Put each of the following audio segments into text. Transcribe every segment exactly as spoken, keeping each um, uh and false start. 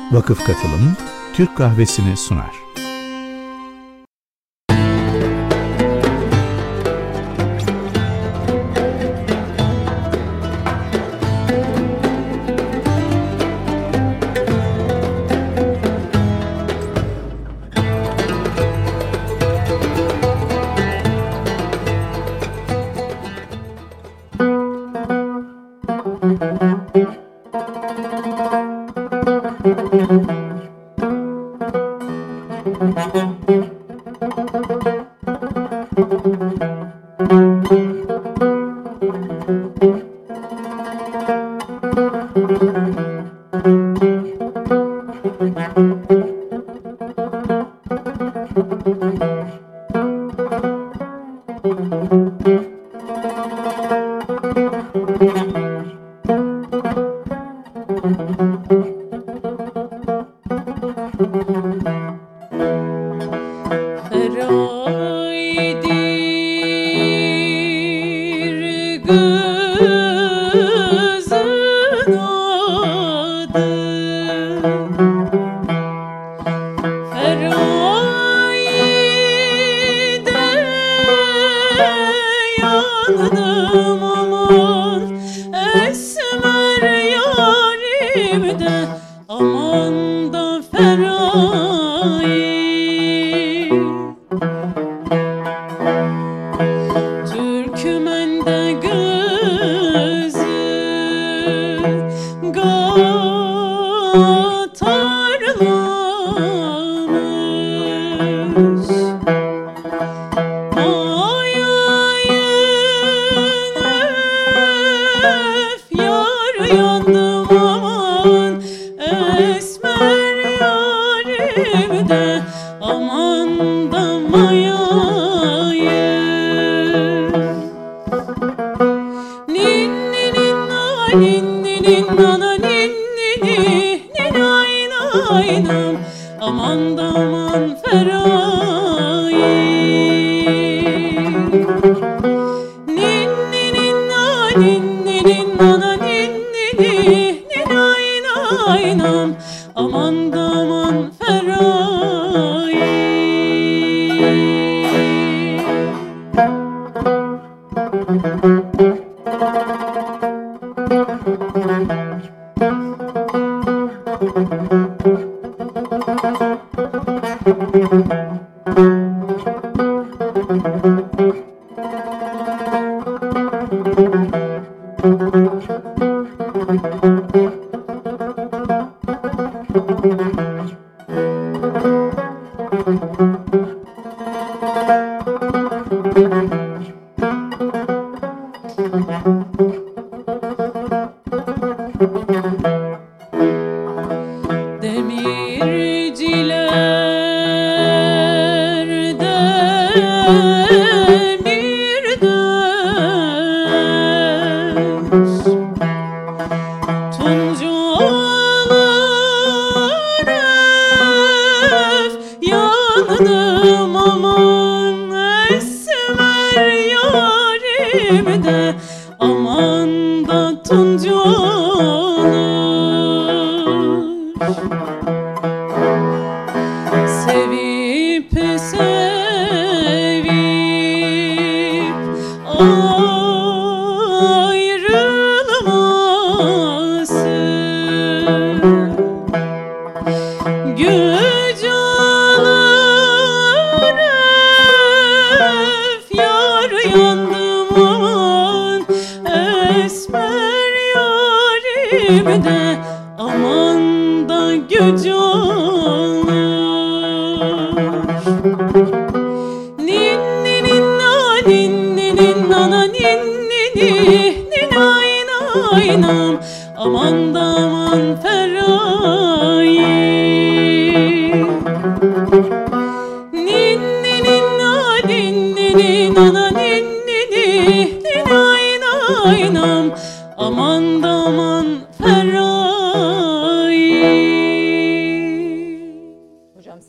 Vakıf Katılım Türk Kahvesi'ni sunar.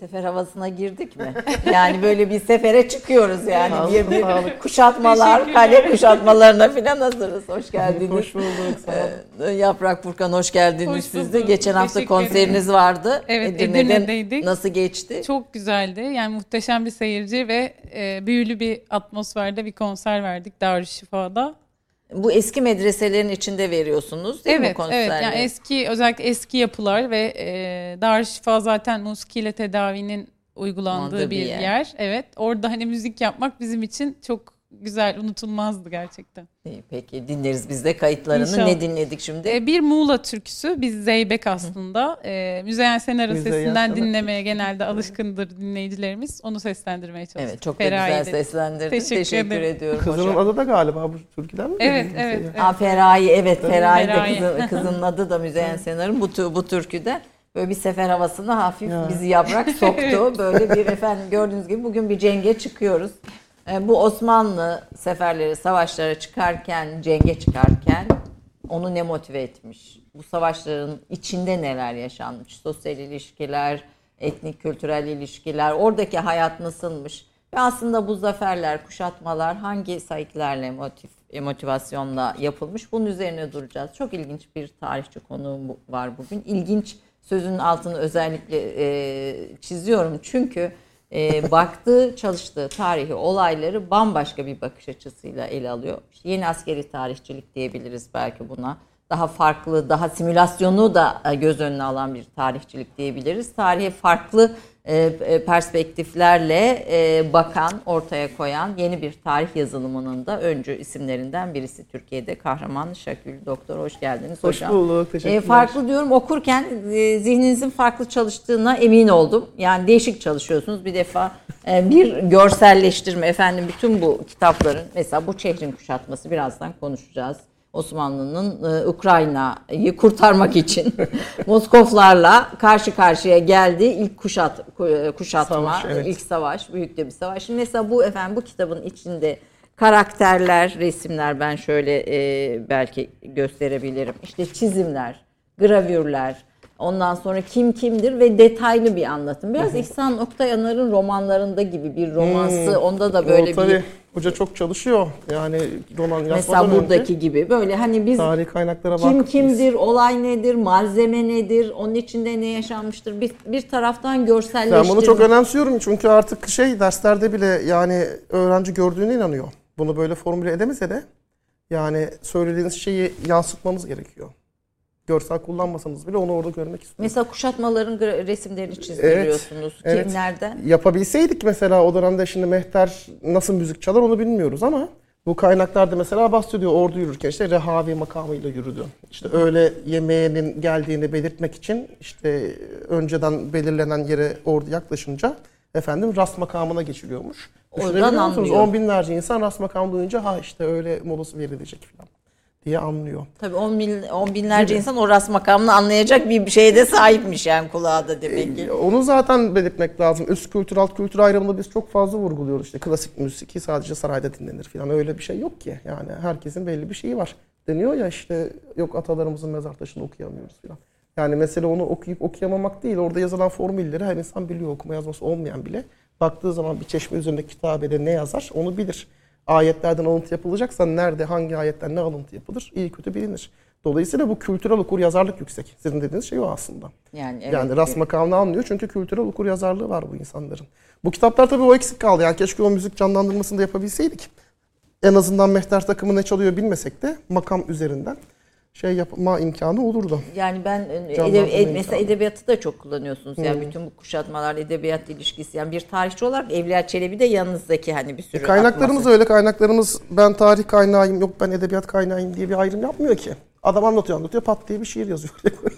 sefer havasına girdik mi? Yani böyle bir sefere çıkıyoruz yani. Sağlık, bir, bir sağlık. kuşatmalar, kale kuşatmalarına falan hazırız. Hoş geldiniz. Hoş bulduk. Sağ olun. Ee, Yaprak Furkan hoş geldiniz Hoş siz de. bulduk. Geçen hafta Teşekkür konseriniz vardı. Evet, Edirne'de Edirne'deydik. nasıl geçti? Çok güzeldi. Yani muhteşem bir seyirci ve e, büyülü bir atmosferde bir konser verdik Darüşşifa'da. Bu eski medreselerin içinde veriyorsunuz değil Evet, mi konserleri? evet. Yani eski, özellikle eski yapılar ve e, Darüşşifa zaten musikiyle tedavinin uygulandığı Mantığı bir bir yer. yer. Evet. Orada hani müzik yapmak bizim için çok güzel, unutulmazdı gerçekten. İyi, peki dinleriz biz de kayıtlarını. İnşallah. Ne dinledik şimdi? E, bir Muğla türküsü, biz Zeybek aslında. E, Müzeyyen Senar'ın Müzeyyen sesinden Senar. dinlemeye genelde alışkındır dinleyicilerimiz. Onu seslendirmeye çalıştık. Evet, çok da Feraye güzel dedi. seslendirdin. Teşekkür Teşekkür, ederim. ediyorum. Kızının hocam. adı da galiba bu türküden mi? Evet, Müzeyyen? evet, evet. Aa, Feraye, evet Feraye de Feraye. kızın, kızının adı da Müzeyyen Senar'ın bu, tü- bu türküde. Böyle bir sefer havasına hafif Ya. bizi yaprak soktu. Böyle bir efendim gördüğünüz gibi bugün bir cenge çıkıyoruz. Ee, bu Osmanlı seferleri, savaşlara çıkarken, cenge çıkarken onu ne motive etmiş? Bu savaşların içinde neler yaşanmış? Sosyal ilişkiler, etnik, kültürel ilişkiler, oradaki hayat nasılmış? Ve aslında bu zaferler, kuşatmalar hangi saygılarla, motiv, motivasyonla yapılmış? Bunun üzerine duracağız. Çok ilginç bir tarihçi konuğum bu- var bugün. İlginç sözünün altını özellikle e, çiziyorum. Çünkü e, baktığı, çalıştığı tarihi olayları bambaşka bir bakış açısıyla ele alıyor. İşte yeni askeri tarihçilik diyebiliriz belki buna. Daha farklı, daha simülasyonu da e, göz önüne alan bir tarihçilik diyebiliriz. Tarihe farklı e, e, perspektiflerle e, bakan, ortaya koyan yeni bir tarih yazılımının da öncü isimlerinden birisi Türkiye'de. Kahraman Şakül Doktor, hoş geldiniz Hoş hocam. bulduk. E, Teşekkürler. farklı diyorum, okurken e, zihninizin farklı çalıştığına emin oldum. Yani değişik çalışıyorsunuz. Bir defa e, bir görselleştirme, efendim bütün bu kitapların, mesela bu Çehrin kuşatması, birazdan konuşacağız. Osmanlı'nın e, Ukrayna'yı kurtarmak için Moskovlarla karşı karşıya geldiği ilk kuşat ku- kuşatma, Savaş, evet. ilk savaş, büyük de bir savaş. Şimdi mesela bu efendim bu kitabın içinde karakterler, resimler, ben şöyle e, belki gösterebilirim. İşte çizimler, gravürler, ondan sonra kim kimdir ve detaylı bir anlatım. Biraz İhsan Oktayanar'ın romanlarında gibi bir romansı, Hmm. onda da böyle O, tabii, bir, hoca çok çalışıyor. Yani roman yazmadan mesela buradaki önce gibi böyle hani biz tarihi kaynaklara kim bakıp kimdir, olay nedir, malzeme nedir, onun içinde ne yaşanmıştır, bir, bir taraftan görselleştirme. Ben bunu çok önemsiyorum çünkü artık şey derslerde bile yani öğrenci gördüğüne inanıyor. Bunu böyle formüle edemese de yani söylediğiniz şeyi yansıtmanız gerekiyor. Görsel kullanmasanız bile onu orada görmek istiyorum. Mesela kuşatmaların gra- resimlerini çizdiriyorsunuz. Evet, evet. Kimlerden? Yapabilseydik mesela o dönemde şimdi Mehter nasıl müzik çalar onu bilmiyoruz ama bu kaynaklarda mesela bahsediyor ordu yürürken işte Rehavi makamıyla yürüdü. İşte öğle yemeğinin geldiğini belirtmek için işte önceden belirlenen yere ordu yaklaşınca efendim rast makamına geçiliyormuş. Oradan Düşünebiliyor musunuz? anlıyor. On binlerce insan rast makamı duyunca ha işte öğle molası verilecek falan diye anlıyor. Tabii on, bin, on binlerce insan o rast makamını anlayacak bir şeye de sahipmiş yani, kulağa da demek ki. E, Onu zaten belirtmek lazım. Üst kültür, alt kültür ayrımını biz çok fazla vurguluyoruz. İşte klasik müzik sadece sarayda dinlenir falan. Öyle bir şey yok ki. Yani herkesin belli bir şeyi var. Deniyor ya işte yok atalarımızın mezar taşını okuyamıyoruz falan. Yani mesele onu okuyup okuyamamak değil. Orada yazılan formülleri her insan biliyor. Okuma yazması olmayan bile. Baktığı zaman bir çeşme üzerindeki kitabede ne yazar onu bilir. Ayetlerden alıntı yapılacaksa nerede, hangi ayetten ne alıntı yapılır iyi kötü bilinir. Dolayısıyla bu kültürel okur yazarlık yüksek. Sizin dediğiniz şey o aslında. Yani, evet. Yani rast makamını anlıyor çünkü kültürel okur yazarlığı var bu insanların. Bu kitaplar tabii o eksik kaldı. Yani keşke o müzik canlandırmasını da yapabilseydik. En azından Mehter takımı ne çalıyor bilmesek de makam üzerinden şey yapma imkanı olurdu. Yani ben Canlandırma edeb- ed- mesela imkanı. edebiyatı da çok kullanıyorsunuz. Yani bütün bu kuşatmalar, edebiyat ilişkisi. Yani bir tarihçi olarak Evliya Çelebi de yanınızdaki hani bir sürü Kaynaklarımız atması. öyle. Kaynaklarımız ben tarih kaynağıyım, yok ben edebiyat kaynağıyım diye bir ayrım yapmıyor ki. Adam anlatıyor anlatıyor pat diye bir şiir yazıyor.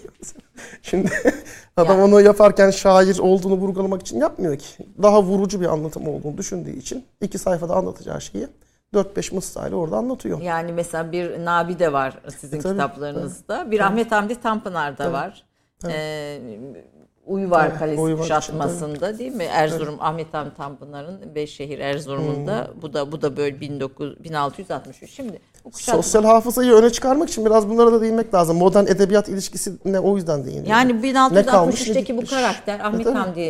Şimdi adam Yani. onu yaparken şair olduğunu vurgulamak için yapmıyor ki. Daha vurucu bir anlatım olduğunu düşündüğü için iki sayfada anlatacağı şeyi dört beş mısrayla orada anlatıyor. Yani mesela bir Nabi de var sizin E, tabii, kitaplarınızda. tabii. Bir Tabii. Ahmet Hamdi Tanpınar'da Tabii. var. Tabii. Ee, Uyvar Evet, Kalesi Uyvar kuşatmasında için, değil mi? Erzurum, Ahmet Hamdi Tanpınar'ın Beşşehir Erzurum'unda Hmm. bu da bu da böyle bin dokuz yüz bin altı yüz altmış üç. Şimdi bu kuşatma, Sosyal hafızayı öne çıkarmak için biraz bunlara da değinmek lazım. Modern edebiyat ilişkisine o yüzden değiniyor. yani bin altı yüz altmış üçteki bu gitmiş? karakter Ahmet tabii, Hamdi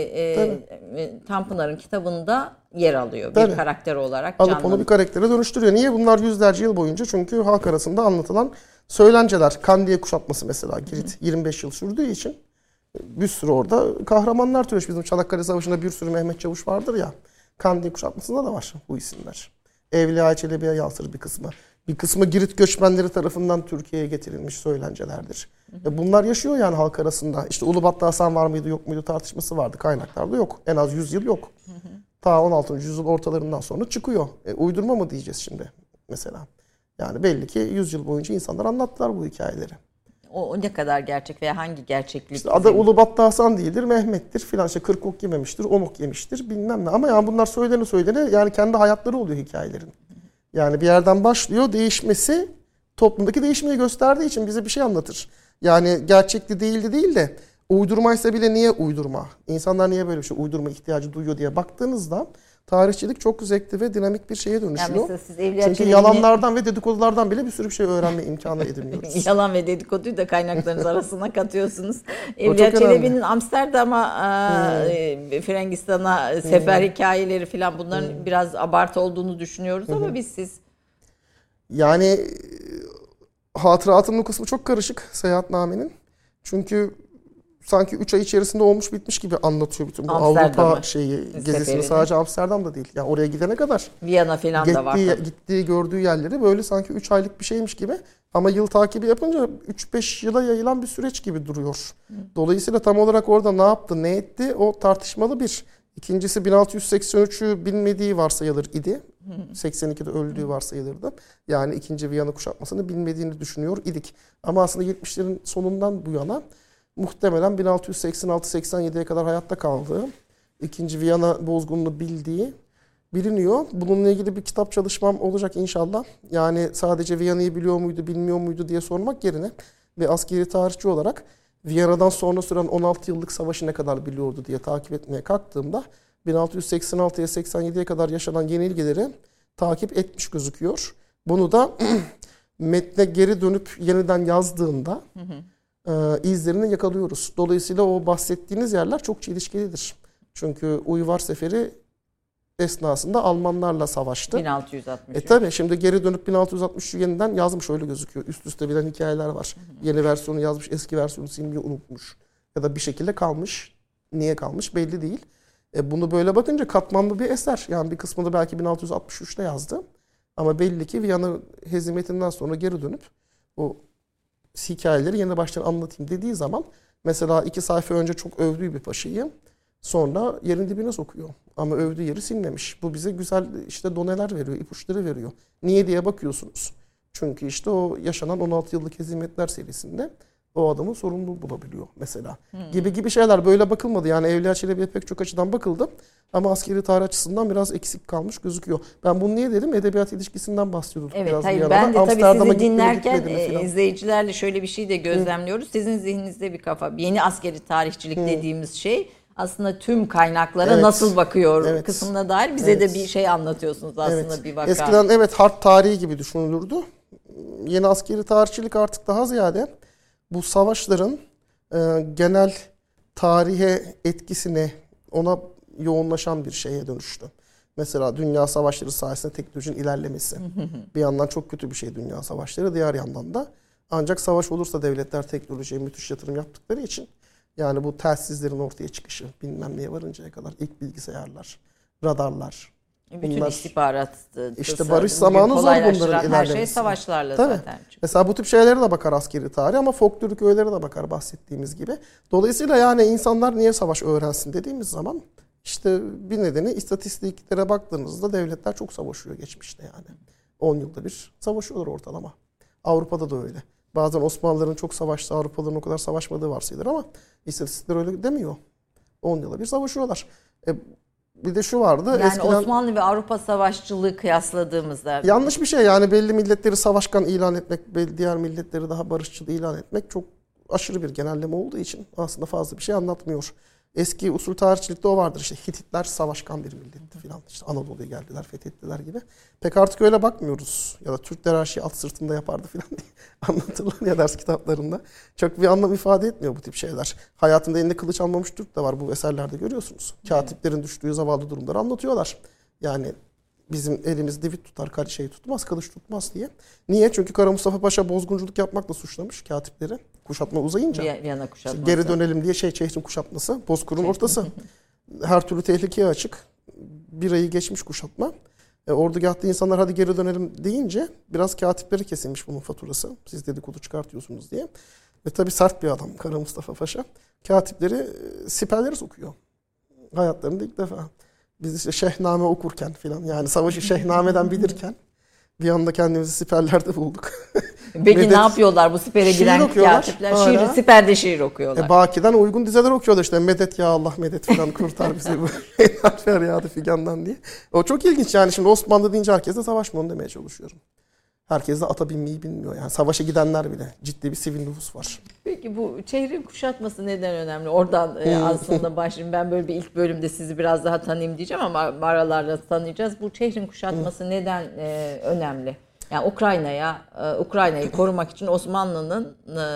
e, Tanpınar'ın kitabında yer alıyor Tabii. bir karakter olarak Alıp canlanıyor. onu bir karaktere dönüştürüyor. Niye? Bunlar yüzlerce yıl boyunca çünkü halk arasında anlatılan söylenceler. Kandiye kuşatması mesela Girit yirmi beş yıl sürdüğü için bir sürü orada kahramanlar türemiş. Bizim Çanakkale Savaşı'nda bir sürü Mehmet Çavuş vardır ya. Kandiye kuşatmasında da var bu isimler. Evliya Çelebi'ye yansır bir kısmı. Bir kısmı Girit göçmenleri tarafından Türkiye'ye getirilmiş söylencelerdir. Ve bunlar yaşıyor yani halk arasında. İşte Ulubatlı Hasan var mıydı yok muydu tartışması vardı. Kaynaklarda yok. En az yüz yıl yok. Ta on altıncı yüzyıl ortalarından sonra çıkıyor. E, uydurma mı diyeceğiz şimdi mesela? Yani belli ki yüz yıl boyunca insanlar anlattılar bu hikayeleri. O, o ne kadar gerçek veya hangi gerçeklik? İşte adı Ulubatlı Hasan değildir, Mehmet'tir filan. İşte kırk ok yememiştir, on ok yemiştir bilmem ne. Ama yani bunlar söylene söylene yani kendi hayatları oluyor hikayelerin. Yani bir yerden başlıyor, değişmesi toplumdaki değişmeyi gösterdiği için bize bir şey anlatır. Yani gerçekli değildi değil de uydurmaysa bile niye uydurma? İnsanlar niye böyle bir şey uydurma ihtiyacı duyuyor diye baktığınızda tarihçilik çok zevkli ve dinamik bir şeye dönüşüyor. Yani mesela siz Evliya Çünkü Çelebi'nin- yalanlardan ve dedikodulardan bile bir sürü bir şey öğrenme imkanı ediniyoruz. Yalan ve dedikoduyu da kaynaklarınız arasına katıyorsunuz. çok Evliya önemli. Çelebi'nin Amsterdam'a, e, Frangistan'a sefer hikayeleri falan bunların biraz abartı olduğunu düşünüyoruz ama biz siz Yani e, hatıratının o kısmı çok karışık seyahatnamenin. Çünkü sanki üç ay içerisinde olmuş bitmiş gibi anlatıyor bütün bu Amsterdam'ı, Avrupa şeyi gezisini. seferini. Sadece Amsterdam'da değil. Yani oraya gidene kadar Viyana falan da var. gittiği, tabii. gittiği gördüğü yerleri böyle sanki üç aylık bir şeymiş gibi. Ama yıl takibi yapınca üç beş yıla yayılan bir süreç gibi duruyor. Dolayısıyla tam olarak orada ne yaptı, ne etti o tartışmalı bir. İkincisi bin altı yüz seksen üçü bilmediği varsayılır idi. seksen ikide öldüğü varsayılırdı. Yani ikinci Viyana kuşatmasını bilmediğini düşünüyor idik. Ama aslında yetmişlerin sonundan bu yana muhtemelen bin altı yüz seksen altı seksen yediye kadar hayatta kaldığı, ikinci Viyana bozgununu bildiği biliniyor. Bununla ilgili bir kitap çalışmam olacak inşallah. Yani sadece Viyana'yı biliyor muydu, bilmiyor muydu diye sormak yerine ve askeri tarihçi olarak Viyana'dan sonra süren on altı yıllık savaşı ne kadar biliyordu diye takip etmeye kalktığımda bin altı yüz seksen altıya seksen yediye kadar yaşanan yenilgileri takip etmiş gözüküyor. Bunu da metne geri dönüp yeniden yazdığında hı hı. E, izlerini yakalıyoruz. Dolayısıyla o bahsettiğiniz yerler çok çelişkilidir. Çünkü Uyvar Seferi esnasında Almanlarla savaştı. bin altı yüz altmış üç. E tabi şimdi geri dönüp bin altı yüz altmış üçü yeniden yazmış öyle gözüküyor. Üst üste bilen hikayeler var. Hı hı. Yeni versiyonu yazmış, eski versiyonu silmeyi unutmuş. Ya da bir şekilde kalmış. Niye kalmış belli değil. E bunu böyle bakınca katmanlı bir eser. Yani bir kısmını belki bin altı yüz altmış üçte yazdı. Ama belli ki Viyana hezimetinden sonra geri dönüp o hikayeleri yeni baştan anlatayım dediği zaman mesela iki sayfa önce çok övdüğü bir paşayı sonra yerin dibine sokuyor. Ama övdüğü yeri silmemiş. Bu bize güzel işte doneler veriyor, ipuçları veriyor. Niye diye bakıyorsunuz. Çünkü işte o yaşanan on altı yıllık hezimetler serisinde o adamın sorumluluğu bulabiliyor mesela. Hmm. Gibi gibi şeyler böyle bakılmadı. Yani Evliya Çelebi'ye pek çok açıdan bakıldı. Ama askeri tarih açısından biraz eksik kalmış gözüküyor. Ben bunu niye dedim? Edebiyat ilişkisinden bahsediyorduk evet, biraz. hayır, ben de tabii sizi dinlerken e, izleyicilerle şöyle bir şey de gözlemliyoruz. Hı. Sizin zihninizde bir kafa. Yeni askeri tarihçilik Hı. dediğimiz şey aslında tüm kaynaklara evet. nasıl bakıyor evet. kısmına dair bize evet. de bir şey anlatıyorsunuz aslında evet. bir vaka. Eskiden evet harp tarihi gibi düşünülürdü. Yeni askeri tarihçilik artık daha ziyade bu savaşların e, genel tarihe etkisine ona yoğunlaşan bir şeye dönüştü. Mesela dünya savaşları sayesinde teknolojinin ilerlemesi. Bir yandan çok kötü bir şey dünya savaşları. Diğer yandan da ancak savaş olursa devletler teknolojiye müthiş yatırım yaptıkları için yani bu telsizlerin ortaya çıkışı bilmem neye varıncaya kadar ilk bilgisayarlar, radarlar. Bütün bunlar, istihbarat. İşte barış zamanı zor bunların ilerlemesi. Her şey savaşlarla Tabii. zaten çıkıyor. Mesela bu tip şeylere de bakar askeri tarih ama folklorik öğelere de bakar bahsettiğimiz gibi. Dolayısıyla yani insanlar niye savaş öğrensin dediğimiz zaman işte bir nedeni istatistiklere baktığınızda devletler çok savaşıyor geçmişte yani. on yılda bir savaşıyorlar ortalama. Avrupa'da da öyle. Bazen Osmanlıların çok savaştığı, Avrupalıların o kadar savaşmadığı varsayılır ama istatistikler öyle demiyor. on yılda bir savaşıyorlar. E, bir de şu vardı. Yani eskiden, Osmanlı ve Avrupa savaşçılığı kıyasladığımızda. Yanlış bir şey yani belli milletleri savaşkan ilan etmek, belli diğer milletleri daha barışçıl ilan etmek çok aşırı bir genelleme olduğu için aslında fazla bir şey anlatmıyor. Eski usul tarihçilikte o vardır işte Hititler savaşkan bir milletti filan. İşte Anadolu'ya geldiler, fethettiler gibi. Pek artık öyle bakmıyoruz. Ya da Türkler her şeyi at sırtında yapardı filan diye anlatırlar ya ders kitaplarında. Çok bir anlam ifade etmiyor bu tip şeyler. Hayatında elinde kılıç almamış Türk de var, bu eserlerde görüyorsunuz. Katiplerin düştüğü zavallı durumları anlatıyorlar. Yani bizim elimiz divit tutar, şey tutmaz, kılıç tutmaz diye. Niye? Çünkü Kara Mustafa Paşa bozgunculuk yapmakla suçlamış katipleri. Kuşatma uzayınca. Viyana kuşatması. İşte geri dönelim diye şey Çehrin kuşatması. Bozkır'ın ortası. Her türlü tehlikeye açık. Bir ayı geçmiş kuşatma. E, ordugahta insanlar hadi geri dönelim deyince biraz katipleri kesilmiş bunun faturası. Siz dedikodu çıkartıyorsunuz diye. Ve tabii sert bir adam Kara Mustafa Paşa. Katipleri e, siperleri sokuyor. Hayatlarında ilk defa. Biz işte Şehname okurken filan, yani savaşı Şehname'den bilirken bir anda kendimizi siperlerde bulduk. Peki Medet, ne yapıyorlar bu sipere giren katipler? Şiir, siperde şiir okuyorlar. E, Baki'den uygun dizeler okuyorlar işte. Medet ya Allah medet filan, kurtar bizi bu feryadı figandan diye. O çok ilginç yani, şimdi Osmanlı deyince herkes de savaşma, onu demeye çalışıyorum. Herkes de ata binmeyi bilmiyor. Yani savaşa gidenler bile. Ciddi bir sivil nüfus var. Peki bu Çehrin kuşatması neden önemli? Oradan e, aslında başlayayım. Ben böyle bir ilk bölümde sizi biraz daha tanıyayım diyeceğim ama aralarda tanıyacağız. Bu Çehrin kuşatması neden e, önemli? Yani Ukrayna'ya, e, Ukrayna'yı korumak için Osmanlı'nın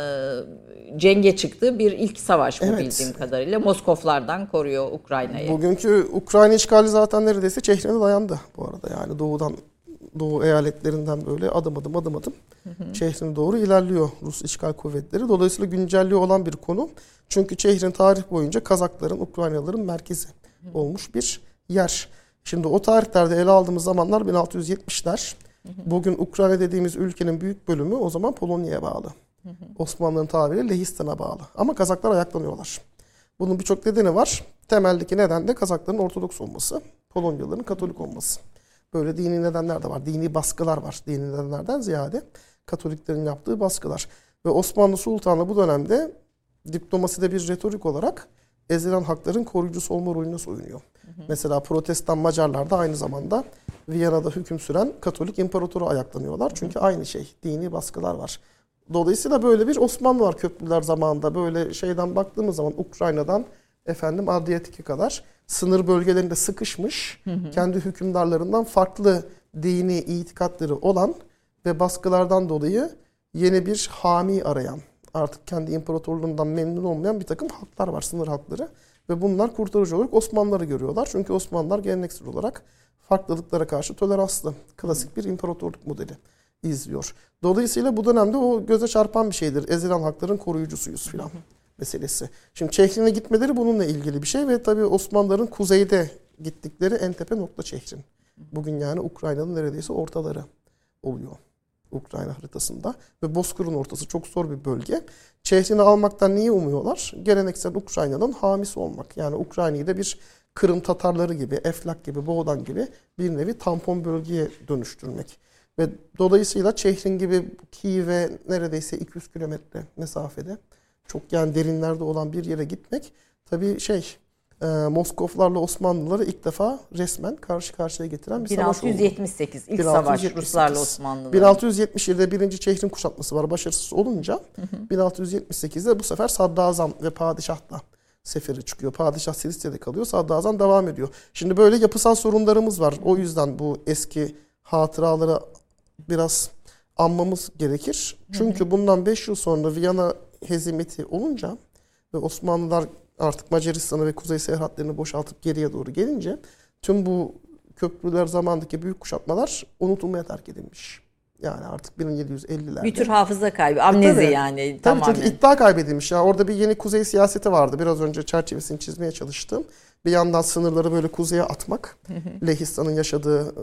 e, cenge çıktığı bir ilk savaş bu, evet, bildiğim kadarıyla. Moskovlardan koruyor Ukrayna'yı. Bugünkü Ukrayna işgali zaten neredeyse Çehrin'e dayandı bu arada. Yani doğudan, Doğu eyaletlerinden böyle adım adım adım adım Çehrin'e doğru ilerliyor Rus işgal kuvvetleri. Dolayısıyla güncelliği olan bir konu. Çünkü Çehrin tarih boyunca Kazakların, Ukraynalıların merkezi olmuş bir yer. Şimdi o tarihlerde ele aldığımız zamanlar bin altı yüz yetmişler. Bugün Ukrayna dediğimiz ülkenin büyük bölümü o zaman Polonya'ya bağlı. Osmanlı'nın tabiriyle Lehistan'a bağlı. Ama Kazaklar ayaklanıyorlar. Bunun birçok nedeni var. Temeldeki neden de Kazakların Ortodoks olması, Polonyalıların Katolik olması. Böyle dini nedenler de var. Dini baskılar var. Dini nedenlerden ziyade Katoliklerin yaptığı baskılar. Ve Osmanlı Sultanı bu dönemde diplomaside bir retorik olarak ezilen hakların koruyucusu olma rolüne soyunuyor. Hı hı. Mesela Protestan Macarlar da aynı zamanda Viyana'da hüküm süren Katolik imparatoru ayaklanıyorlar. Çünkü aynı şey. Dini baskılar var. Dolayısıyla böyle bir Osmanlı var köprüler zamanında. Böyle şeyden baktığımız zaman Ukrayna'dan efendim Adriyatik'e kadar sınır bölgelerinde sıkışmış, hı hı, kendi hükümdarlarından farklı dini itikatları olan ve baskılardan dolayı yeni bir hami arayan, artık kendi imparatorluğundan memnun olmayan bir takım halklar var, sınır halkları. Ve bunlar kurtarıcı olarak Osmanlıları görüyorlar. Çünkü Osmanlılar geleneksel olarak farklılıklara karşı toleranslı, klasik bir imparatorluk modeli izliyor. Dolayısıyla bu dönemde o göze çarpan bir şeydir. Ezilen halkların koruyucusuyuz filan meselesi. Şimdi Çehrin'e gitmeleri bununla ilgili bir şey ve tabii Osmanlıların kuzeyde gittikleri en tepe nokta Çehrin. Bugün yani Ukrayna'nın neredeyse ortaları oluyor Ukrayna haritasında ve Bozkır'ın ortası çok zor bir bölge. Çehrin'i almaktan niye umuyorlar? Geleneksel Ukrayna'nın hamisi olmak. Yani Ukrayna'yı da bir Kırım Tatarları gibi, Eflak gibi, Boğdan gibi bir nevi tampon bölgeye dönüştürmek. Ve dolayısıyla Çehrin gibi Kiev'e neredeyse iki yüz kilometre mesafede, çok yani derinlerde olan bir yere gitmek tabii şey, e, Moskovlarla Osmanlıları ilk defa resmen karşı karşıya getiren bir savaş oldu. bin altı yüz yetmiş sekiz ilk savaş Ruslarla Osmanlılar. bin altı yüz yetmiş yedide birinci Çehrin kuşatması var, başarısız olunca hı hı. bin altı yüz yetmiş sekizde bu sefer Sadrazam ve Padişah da seferi çıkıyor. Padişah Silisya'da kalıyor, Sadrazam devam ediyor. Şimdi böyle yapısal sorunlarımız var. O yüzden bu eski hatıraları biraz anmamız gerekir. Çünkü hı hı. bundan beş yıl sonra Viyana hezimeti olunca ve Osmanlılar artık Macaristan'ı ve kuzey seyahatlerini boşaltıp geriye doğru gelince tüm bu köprüler zamandaki büyük kuşatmalar unutulmaya terk edilmiş. Yani artık bin yedi yüz ellilerde. Bir tür hafıza kaybı, amnezi e, tabii, yani tabii, tamamen. Çünkü iddia kaybedilmiş. Yani orada bir yeni kuzey siyaseti vardı. Biraz önce çerçevesini çizmeye çalıştım. Bir yandan sınırları böyle kuzeye atmak. Lehistan'ın yaşadığı,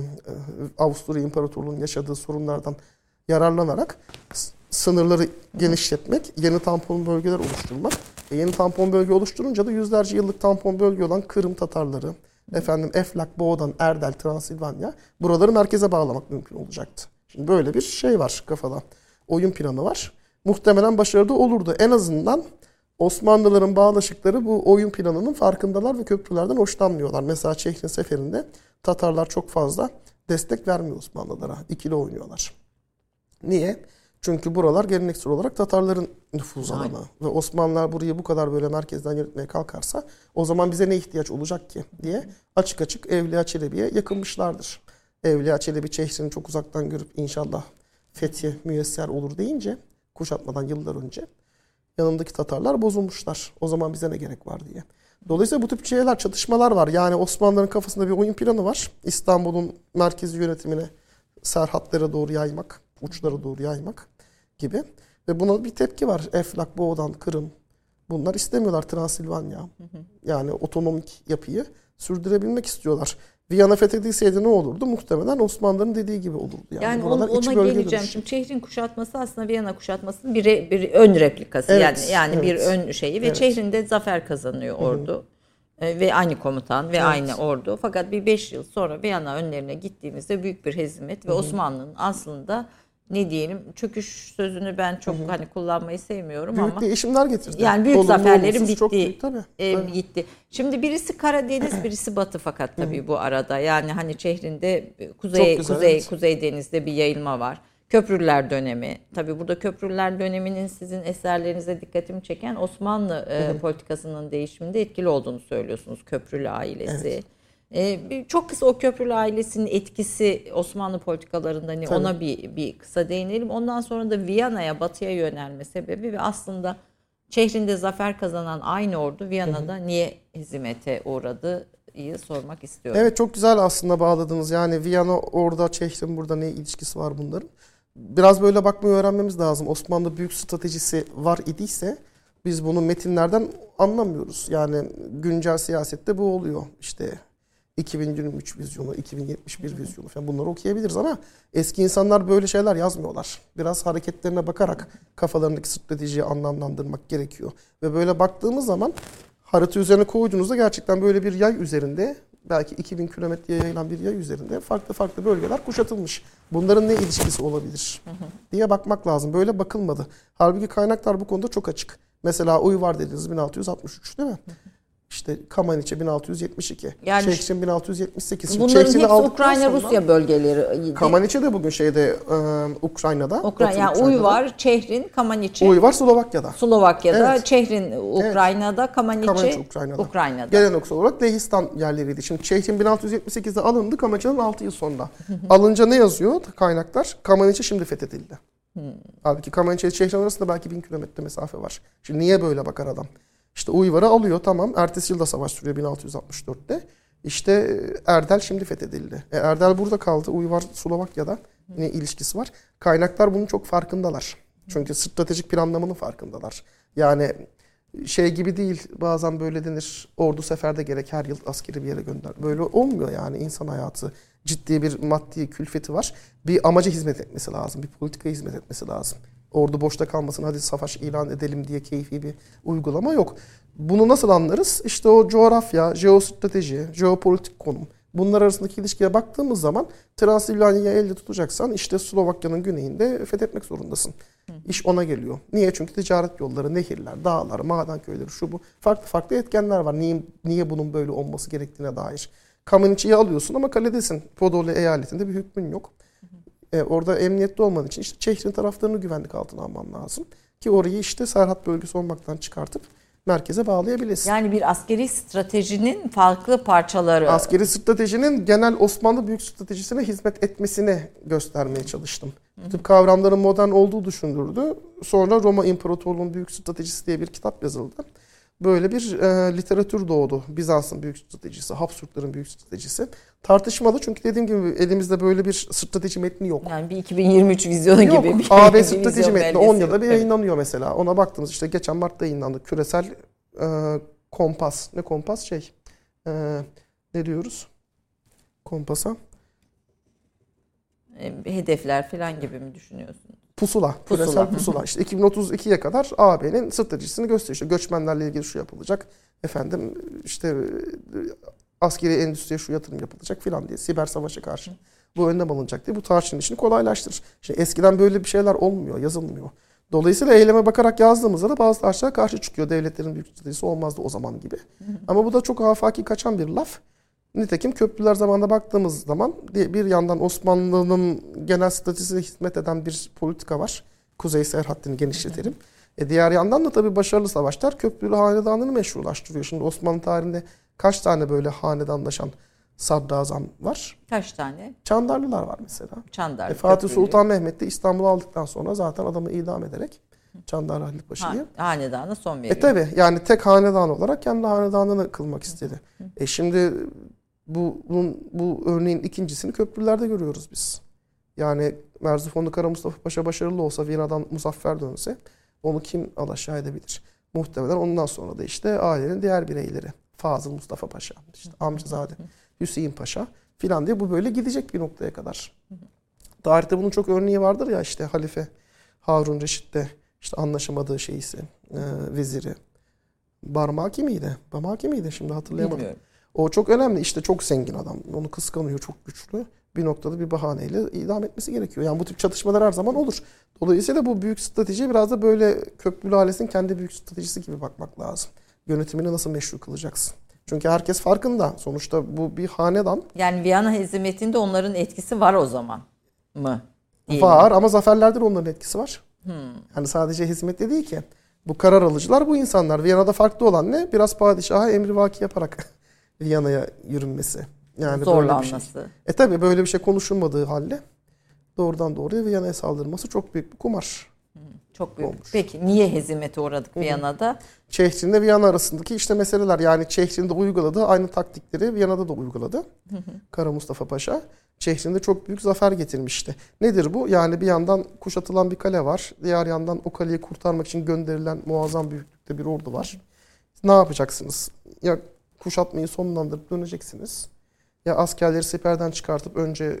Avusturya İmparatorluğu'nun yaşadığı sorunlardan yararlanarak sınırları genişletmek, yeni tampon bölgeler oluşturmak. E yeni tampon bölge oluşturunca da yüzlerce yıllık tampon bölge olan Kırım Tatarları, efendim Eflak, Boğdan, Erdel, Transilvanya buraları merkeze bağlamak mümkün olacaktı. Şimdi böyle bir şey var kafada. Oyun planı var. Muhtemelen başarılı olurdu. En azından Osmanlıların bağlaşıkları bu oyun planının farkındalar ve köprülerden hoşlanmıyorlar. Mesela Çehrin seferinde Tatarlar çok fazla destek vermiyor Osmanlılara. İkili oynuyorlar. Niye? Çünkü buralar geleneksel olarak Tatarların nüfuz alanı. Ve Osmanlılar burayı bu kadar böyle merkezden yönetmeye kalkarsa o zaman bize ne ihtiyaç olacak ki diye açık açık Evliya Çelebi'ye yakınmışlardır. Evliya Çelebi Çehri'ni çok uzaktan görüp inşallah fethi müyesser olur deyince kuşatmadan yıllar önce yanındaki Tatarlar bozulmuşlar. O zaman bize ne gerek var diye. Dolayısıyla bu tip şeyler, çatışmalar var. Yani Osmanlıların kafasında bir oyun planı var. İstanbul'un merkezi yönetimini serhatlara doğru yaymak, uçlara doğru yaymak gibi. Ve buna bir tepki var. Eflak, Boğdan, Kırım. Bunlar istemiyorlar, Transilvanya. Yani otonomik yapıyı sürdürebilmek istiyorlar. Viyana fethedilseydi ne olurdu? Muhtemelen Osmanlıların dediği gibi olurdu. Yani, yani buralar ona, iç ona bölge geleceğim. dönüşü. Şimdi Çehrin kuşatması aslında Viyana kuşatmasının bir, re, bir ön replikası. Evet, yani yani evet. bir ön şeyi ve Evet. Çehrin'de zafer kazanıyor ordu. E, ve aynı komutan ve Evet. aynı ordu. Fakat bir beş yıl sonra Viyana önlerine gittiğimizde büyük bir hezimet ve Osmanlı'nın aslında ne diyelim çöküş sözünü ben çok hani kullanmayı sevmiyorum Büyük ama değişimler getirdi. yani büyük Olumlu, zaferlerin olumsuz, çok bittiği büyük, tabii. e, Tabii. gitti. Şimdi birisi Karadeniz, birisi Batı fakat tabii bu arada. Yani hani Çehrin'de kuzey Çok güzel, kuzey evet. Kuzey Deniz'de bir yayılma var. Köprüler dönemi. Tabii burada Köprüler döneminin sizin eserlerinize dikkatimi çeken Osmanlı e, politikasının değişiminde etkili olduğunu söylüyorsunuz. Köprülü ailesi. Evet. E, bir, çok kısa o Köprülü ailesinin etkisi Osmanlı politikalarında hani Tabii. ona bir bir kısa değinelim. Ondan sonra da Viyana'ya, batıya yönelme sebebi ve aslında Çehrin'de zafer kazanan aynı ordu Viyana'da niye hizmete uğradı iyi sormak istiyorum. Evet, çok güzel aslında bağladınız. Yani Viyana orada, Çehrin burada, ne ilişkisi var bunların? Biraz böyle bakmayı öğrenmemiz lazım. Osmanlı büyük stratejisi var idiyse biz bunu metinlerden anlamıyoruz. Yani güncel siyasette bu oluyor. İşte iki bin yirmi üç vizyonu, iki bin yetmiş bir vizyonu falan bunları okuyabiliriz ama eski insanlar böyle şeyler yazmıyorlar. Biraz hareketlerine bakarak kafalarındaki stratejiyi anlamlandırmak gerekiyor. Ve böyle baktığımız zaman harita üzerine koyduğunuzda gerçekten böyle bir yay üzerinde, belki iki bin kilometreye yayılan bir yay üzerinde farklı farklı bölgeler kuşatılmış. Bunların ne ilişkisi olabilir diye bakmak lazım. Böyle bakılmadı. Halbuki kaynaklar bu konuda çok açık. Mesela Uyvar dediniz bin altı yüz altmış üç değil mi? İşte Kamaniçe bin altı yüz yetmiş iki, Yani Çehrin bin altı yüz yetmiş sekiz. Şimdi bunların Çehrin'i hepsi aldıktan Ukrayna, sonra- Rusya bölgeleri. Kamaniçe de bugün şeyde e, Ukrayna'da. Ukrayna, Batı yani Ukrayna'da. Uyvar, Çehrin, Kamaniçe. Uyvar Slovakya'da. Slovakya'da, Evet. Çehrin Ukrayna'da, Kamaniçe, Kamaniçe Ukrayna'da. Ukrayna'da. Geleneksel olarak Lehistan yerleriydi. Şimdi Çehrin bin altı yüz yetmiş sekizde alındı, Kamaniçe'nin altı yıl sonra. Alınca ne yazıyor kaynaklar? Kamaniçe şimdi fethedildi. Halbuki Kamaniçe ile Çehrin arasında belki bin kilometre mesafe var. Şimdi niye böyle bakar adam? İşte Uyvar'ı alıyor, tamam. Ertesi yılda savaş sürüyor bin altı yüz altmış dörtte. İşte Erdel şimdi fethedildi. E, Erdel burada kaldı. Uyvar Slovakya'da. Ne ilişkisi var? Kaynaklar bunun çok farkındalar. Çünkü stratejik planlamanın farkındalar. Yani şey gibi değil, bazen böyle denir, ordu seferde gerek, her yıl askeri bir yere gönder. Böyle olmuyor yani, insan hayatı. Ciddi bir maddi külfeti var. Bir amaca hizmet etmesi lazım. Bir politikaya hizmet etmesi lazım. Ordu boşta kalmasın, hadi savaş ilan edelim diye keyfi bir uygulama yok. Bunu nasıl anlarız? İşte o coğrafya, jeostrateji, jeopolitik konum. Bunlar arasındaki ilişkiye baktığımız zaman Transilvanya'yı elde tutacaksan işte Slovakya'nın güneyinde fethetmek zorundasın. İş ona geliyor. Niye? Çünkü ticaret yolları, nehirler, dağlar, maden köyleri, şu bu. Farklı farklı etkenler var. Niye, niye bunun böyle olması gerektiğine dair. Kamaniçe'yi alıyorsun ama kaledesin. Podole eyaletinde bir hükmün yok. E, orada emniyette olman için işte Çehrin taraflarını güvenlik altına alman lazım. Ki orayı işte Serhat bölgesi olmaktan çıkartıp merkeze bağlayabilirsin. Yani bir askeri stratejinin farklı parçaları. Askeri stratejinin genel Osmanlı büyük stratejisine hizmet etmesini göstermeye çalıştım. Bu tip kavramların modern olduğu düşündürdü. Sonra Roma İmparatorluğu'nun büyük stratejisi diye bir kitap yazıldı. Böyle bir e, literatür doğdu. Bizans'ın büyük stratejisi, Habsburgların büyük stratejisi. Tartışmalı çünkü dediğim gibi elimizde böyle bir strateji metni yok. Yani bir iki bin yirmi üç vizyonu Yok, gibi bir A B bir strateji vizyon metni belgesi on yılda yok. bir Evet. yayınlanıyor mesela. Ona baktığımız işte geçen Mart'ta yayınlandı. Küresel e, kompas. Ne kompas? Şey. E, ne diyoruz? Kompasa. E, Hedefler falan gibi mi düşünüyorsun? Pusula. Pusula. Küresel pusula. İşte iki bin otuz ikiye kadar A B'nin stratejisini gösteriyor. İşte göçmenlerle ilgili şu yapılacak. Efendim işte askeri endüstriye şu yatırım yapılacak filan diye. Siber savaşa karşı bu önlem alınacak diye bu tarihçinin işini kolaylaştırır. Şimdi eskiden böyle bir şeyler olmuyor, yazılmıyor. Dolayısıyla eyleme bakarak yazdığımızda da bazı tarihçiler karşı çıkıyor. Devletlerin büyük stratejisi olmazdı o zaman gibi. Ama bu da çok afaki kaçan bir laf. Nitekim köprüler zamanında baktığımız zaman bir yandan Osmanlı'nın genel stratejisine hizmet eden bir politika var. Kuzey serhattini genişletelim. E diğer yandan da tabii başarılı savaşlar Köprülü Hanedanı'nı meşrulaştırıyor. Şimdi Osmanlı tarihinde kaç tane böyle hanedanlaşan sadrazam var? Kaç tane? Çandarlılar var mesela. Çandarlı. E Fatih Köprülü. Sultan Mehmet de İstanbul'u aldıktan sonra zaten adamı idam ederek Çandarlı Halil Paşa'yı. Ha, hanedana son veriyor. E tabi yani tek hanedan olarak kendi hanedanını kılmak istedi. E şimdi bu, bunun, bu örneğin ikincisini köprülerde görüyoruz biz. Yani Merzifonlu Kara Mustafa Paşa başarılı olsa, Viyana'dan muzaffer dönse onu kim alaşağı edebilir? Muhtemelen ondan sonra da işte ailenin diğer bireyleri. Fazıl Mustafa Paşa, işte amcazade Hüseyin Paşa filan diye bu böyle gidecek bir noktaya kadar. Tarihte bunun çok örneği vardır ya, işte Halife Harun Reşit'te işte anlaşamadığı şeysi, e, veziri. Barmaki miydi? Barmaki miydi? Şimdi hatırlayamadım. Bilmiyorum. O çok önemli. İşte çok zengin adam. Onu kıskanıyor, çok güçlü. Bir noktada bir bahaneyle idam etmesi gerekiyor. Yani bu tip çatışmalar her zaman olur. Dolayısıyla bu büyük strateji biraz da böyle Köprülü ailesinin kendi büyük stratejisi gibi bakmak lazım. Yönetimini nasıl meşru kılacaksın? Çünkü herkes farkında. Sonuçta bu bir hanedan. Yani Viyana hezimetinde onların etkisi var o zaman mı? Değil Var mi? ama zaferlerde de onların etkisi var. Hmm. Yani sadece hizmette değil ki. Bu karar alıcılar bu insanlar. Viyana'da farklı olan ne? Biraz padişaha emrivaki yaparak Viyana'ya yürünmesi. Yani böyle bir şey. Zorlanması. E tabi böyle bir şey konuşulmadığı halde doğrudan doğruya Viyana'ya saldırması çok büyük bir kumar. Çok büyük. Olmuş. Peki niye hezimete uğradık Viyana'da? Çehrin'le Viyana arasındaki işte meseleler, yani Çehrin'de uyguladığı aynı taktikleri Viyana'da da uyguladı. Kara Mustafa Paşa. Çehrin'de çok büyük zafer getirmişti. Nedir bu? Yani bir yandan kuşatılan bir kale var. Diğer yandan o kaleyi kurtarmak için gönderilen muazzam büyüklükte bir ordu var. Ne yapacaksınız? Ya kuşatmayı sonlandırıp döneceksiniz. Ya askerleri siperden çıkartıp önce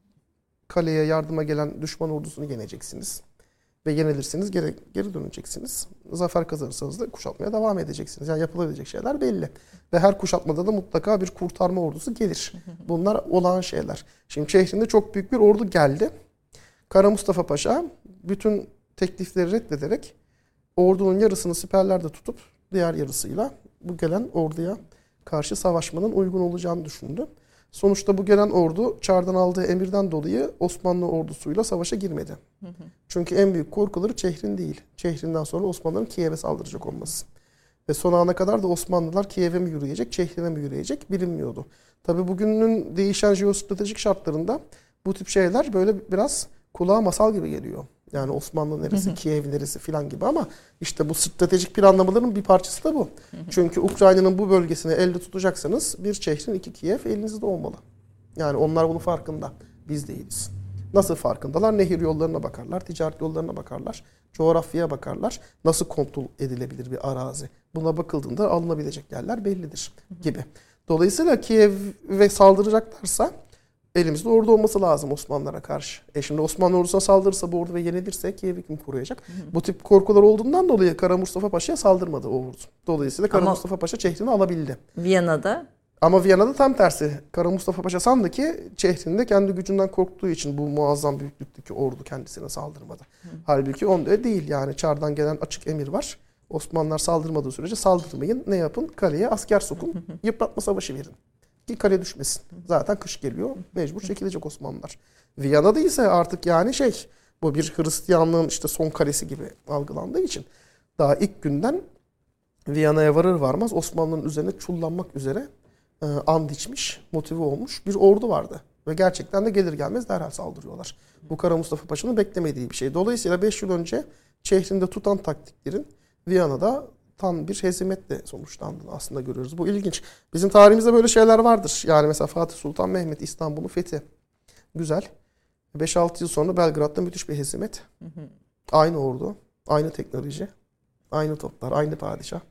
kaleye yardıma gelen düşman ordusunu yeneceksiniz. Ve yenilirsiniz, geri, geri döneceksiniz. Zafer kazanırsanız da kuşatmaya devam edeceksiniz. Yani yapılabilecek şeyler belli. Ve her kuşatmada da mutlaka bir kurtarma ordusu gelir. Bunlar olağan şeyler. Şimdi Çehrin'de çok büyük bir ordu geldi. Kara Mustafa Paşa bütün teklifleri reddederek ordunun yarısını siperlerde tutup diğer yarısıyla bu gelen orduya karşı savaşmanın uygun olacağını düşündü. Sonuçta bu gelen ordu Çar'dan aldığı emirden dolayı Osmanlı ordusuyla savaşa girmedi. Hı hı. Çünkü en büyük korkuları Çehrin değil. Çehrin'den sonra Osmanlıların Kiev'e saldıracak olması. Ve son ana kadar da Osmanlılar Kiev'e mi yürüyecek, Çehrin'e mi yürüyecek bilinmiyordu. Tabii bugünün değişen jeostratejik şartlarında bu tip şeyler böyle biraz kulağa masal gibi geliyor. Yani Osmanlı neresi, Kiev neresi filan gibi, ama işte bu stratejik planlamaların bir parçası da bu. Çünkü Ukrayna'nın bu bölgesini elde tutacaksanız bir Çehrin, iki Kiev elinizde olmalı. Yani onlar bunun farkında. Biz değiliz. Nasıl farkındalar? Nehir yollarına bakarlar, ticaret yollarına bakarlar, coğrafyaya bakarlar. Nasıl kontrol edilebilir bir arazi? Buna bakıldığında alınabilecek yerler bellidir gibi. Dolayısıyla Kiev'e saldıracaklarsa elimizde ordu olması lazım Osmanlılara karşı. E şimdi Osmanlı ordusuna saldırırsa bu ordu ve yenilirse Kiev'i kim koruyacak? Hı hı. Bu tip korkular olduğundan dolayı Kara Mustafa Paşa'ya saldırmadı o ordu. Dolayısıyla Kara Ama Mustafa Paşa Çehrin'i alabildi. Viyana'da? Ama Viyana'da tam tersi. Kara Mustafa Paşa sandı ki Çehrin'de kendi gücünden korktuğu için bu muazzam büyüklükteki ordu kendisine saldırmadı. Hı. Halbuki onda değil. Yani Çar'dan gelen açık emir var. Osmanlılar saldırmadığı sürece saldırmayın. Ne yapın? Kaleye asker sokun. Yıpratma savaşı verin. Ki kale düşmesin. Zaten kış geliyor. Mecbur çekilecek Osmanlılar. Viyana'da ise artık yani şey, bu bir Hristiyanlığın işte son kalesi gibi algılandığı için daha ilk günden Viyana'ya varır varmaz Osmanlı'nın üzerine çullanmak üzere e, and içmiş, motive olmuş bir ordu vardı. Ve gerçekten de gelir gelmez derhal saldırıyorlar. Bu Kara Mustafa Paşa'nın beklemediği bir şey. Dolayısıyla beş yıl önce Çehrin'de tutan taktiklerin Viyana'da tam bir hezimetle sonuçlandığını aslında görüyoruz. Bu ilginç. Bizim tarihimizde böyle şeyler vardır. Yani mesela Fatih Sultan Mehmet İstanbul'un fethi. Güzel. beş altı yıl sonra Belgrad'da müthiş bir hezimet. Hı hı. Aynı ordu, aynı teknoloji, aynı toplar, aynı padişah.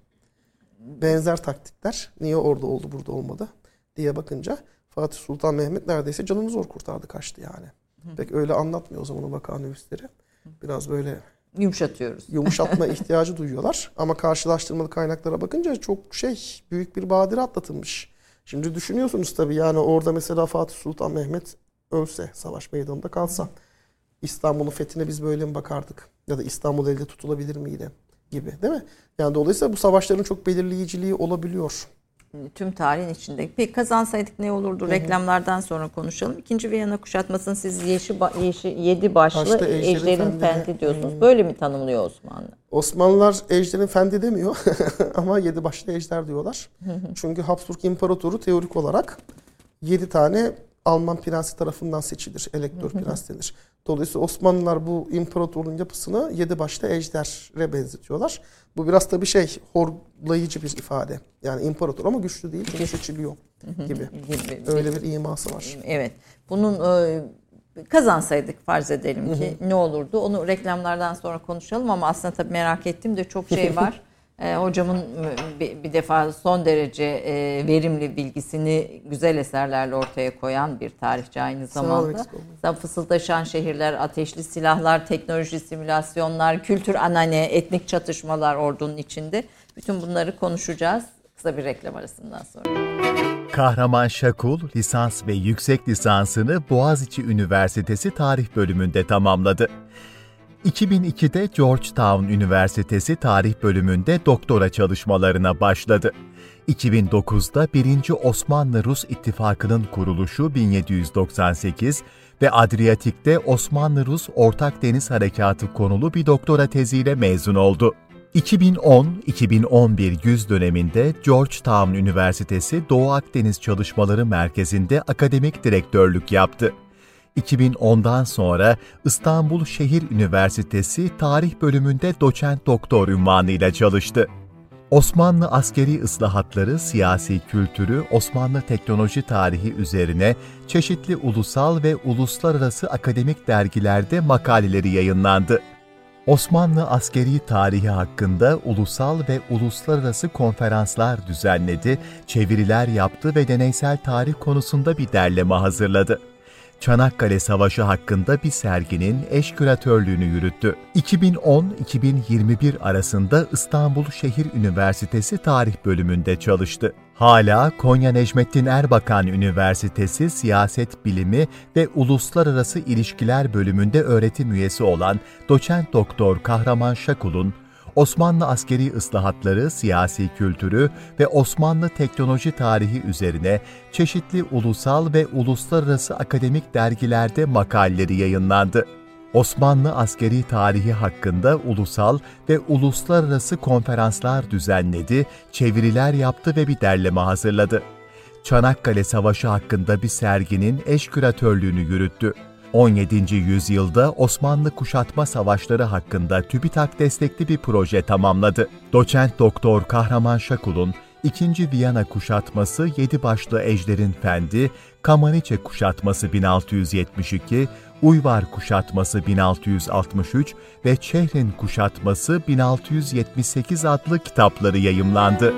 Benzer taktikler. Niye orada oldu, burada olmadı diye bakınca Fatih Sultan Mehmet neredeyse canını zor kurtardı, kaçtı yani. Hı. Pek öyle anlatmıyor o zaman o vakanüvisleri. Biraz böyle yumuşatıyoruz. Yumuşatma ihtiyacı duyuyorlar. Ama karşılaştırmalı kaynaklara bakınca çok şey, büyük bir badire atlatılmış. Şimdi düşünüyorsunuz tabii, yani orada mesela Fatih Sultan Mehmet ölse, savaş meydanında kalsa, İstanbul'un fethine biz böyle mi bakardık? Ya da İstanbul elde tutulabilir miydi? Gibi, değil mi? Yani dolayısıyla bu savaşların çok belirleyiciliği olabiliyor. tüm tarihin içinde. Peki kazansaydık ne olurdu? Hı hı. Reklamlardan sonra konuşalım. İkinci Viyana kuşatmasını siz yeşi, yeşi, yedi başlı Başta ejderin, ejderin fendi, fendi diyorsunuz. Hı. Böyle mi tanımlıyor Osmanlı? Osmanlılar ejderin fendi demiyor ama yedi başlı ejder diyorlar. Hı hı. Çünkü Habsburg İmparatoru teorik olarak yedi tane Alman prensi tarafından seçilir. Elektör prens denir. Dolayısıyla Osmanlılar bu imparatorluğun yapısını yedi başlı ejdere benzetiyorlar. Bu biraz da bir şey, horlayıcı bir ifade. Yani imparator ama güçlü değil çünkü seçiliyor gibi. Öyle bir iması var. Evet. Bunun e, kazansaydık farz edelim ki ne olurdu? Onu reklamlardan sonra konuşalım ama aslında tabii merak ettiğim de çok şey var. E, hocamın bir, bir defa son derece e, verimli bilgisini güzel eserlerle ortaya koyan bir tarihçi aynı zamanda. Fısıldaşan şehirler, ateşli silahlar, teknoloji simülasyonlar, kültür anane, etnik çatışmalar ordunun içinde. Bütün bunları konuşacağız kısa bir reklam arasından sonra. Kahraman Şakul, lisans ve yüksek lisansını Boğaziçi Üniversitesi Tarih Bölümünde tamamladı. iki bin ikide Georgetown Üniversitesi Tarih Bölümünde doktora çalışmalarına başladı. iki bin dokuzda birinci Osmanlı-Rus İttifakı'nın kuruluşu bin yedi yüz doksan sekiz ve Adriyatik'te Osmanlı-Rus Ortak Deniz Harekatı konulu bir doktora teziyle mezun oldu. iki bin on iki bin on bir güz döneminde Georgetown Üniversitesi Doğu Akdeniz Çalışmaları Merkezi'nde akademik direktörlük yaptı. iki bin ondan sonra İstanbul Şehir Üniversitesi Tarih Bölümünde doçent doktor unvanıyla çalıştı. Osmanlı askeri ıslahatları, siyasi kültürü, Osmanlı teknoloji tarihi üzerine çeşitli ulusal ve uluslararası akademik dergilerde makaleleri yayınlandı. Osmanlı askeri tarihi hakkında ulusal ve uluslararası konferanslar düzenledi, çeviriler yaptı ve deneysel tarih konusunda bir derleme hazırladı. Çanakkale Savaşı hakkında bir serginin eş küratörlüğünü yürüttü. iki bin on iki bin yirmi bir arasında İstanbul Şehir Üniversitesi Tarih Bölümünde çalıştı. Hala Konya Necmettin Erbakan Üniversitesi Siyaset Bilimi ve Uluslararası İlişkiler Bölümünde öğretim üyesi olan doçent doktor Kahraman Şakul'un Osmanlı askeri ıslahatları, siyasi kültürü ve Osmanlı teknoloji tarihi üzerine çeşitli ulusal ve uluslararası akademik dergilerde makaleleri yayınlandı. Osmanlı askeri tarihi hakkında ulusal ve uluslararası konferanslar düzenledi, çeviriler yaptı ve bir derleme hazırladı. Çanakkale Savaşı hakkında bir serginin eş küratörlüğünü yürüttü. on yedinci yüzyılda Osmanlı kuşatma savaşları hakkında TÜBİTAK destekli bir proje tamamladı. Doçent Doktor Kahraman Şakul'un İkinci Viyana kuşatması Yedi Başlı Ejder'in Fendi, Kamaniçe kuşatması bin altı yüz yetmiş iki, Uyvar kuşatması bin altı yüz altmış üç ve Çehrin kuşatması bin altı yüz yetmiş sekiz adlı kitapları yayımlandı.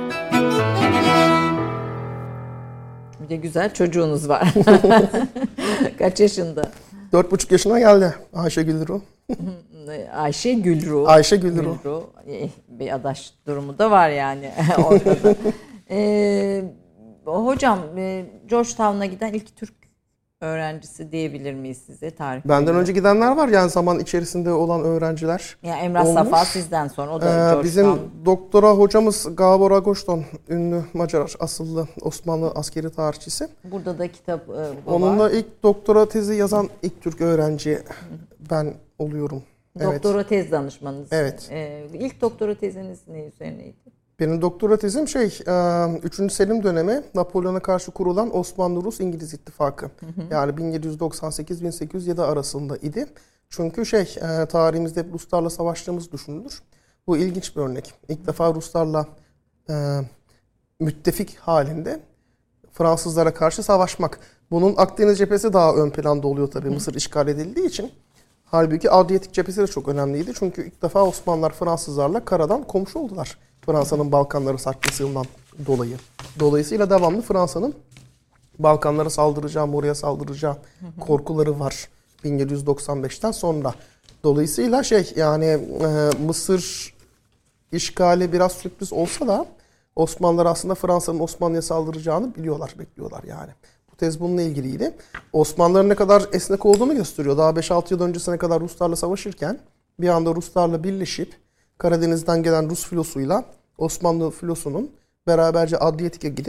Bir de güzel çocuğunuz var. Kaç yaşında? Dört buçuk yaşına geldi Ayşe Gülru. Ayşe Gülru. Ayşe Gülru. Gülru. Bir adaş durumu da var yani ortada. ee, hocam Georgetown'a giden ilk Türk öğrencisi diyebilir miyiz size tarih? Benden bölümü. Önce gidenler var yani zaman içerisinde olan öğrenciler. Ya yani Emrah olmuş. Safa sizden sonra o da ee, Georgetown. Bizim doktora hocamız Gabor Agoşton, ünlü Macar asıllı Osmanlı askeri tarihçisi. Burada da kitap e, Onunla var. ilk doktora tezi yazan ilk Türk öğrenci ben oluyorum. Doktora evet. tez danışmanınız. Evet. Ee, ilk doktora teziniz ne üzerineydi? Benim doktora tezim şey, üçüncü Selim dönemi Napolyon'a karşı kurulan Osmanlı-Rus-İngiliz İttifakı. Hı hı. Yani bin yedi yüz doksan sekiz bin sekiz yüz yedi arasında idi. Çünkü şey, tarihimizde hep Ruslarla savaştığımız düşünülür. Bu ilginç bir örnek. İlk defa Ruslarla e, müttefik halinde Fransızlara karşı savaşmak. Bunun Akdeniz cephesi daha ön planda oluyor tabii, hı. Mısır işgal edildiği için. Halbuki Adriyatik cephesi de çok önemliydi. Çünkü ilk defa Osmanlılar Fransızlarla karadan komşu oldular. Fransa'nın Balkanları sarkmasından dolayı. Dolayısıyla devamlı Fransa'nın Balkanlara saldıracağı, oraya saldıracağı korkuları var bin yedi yüz doksan beşten sonra. Dolayısıyla şey yani e, Mısır işgali biraz sürpriz olsa da Osmanlılar aslında Fransa'nın Osmanlı'ya saldıracağını biliyorlar, bekliyorlar yani. Bu tez bununla ilgiliydi. Osmanlıların ne kadar esnek olduğunu gösteriyor. Daha beş altı yıl öncesine kadar Ruslarla savaşırken bir anda Ruslarla birleşip Karadeniz'den gelen Rus filosuyla Osmanlı filosunun beraberce Adriyatik'e gidip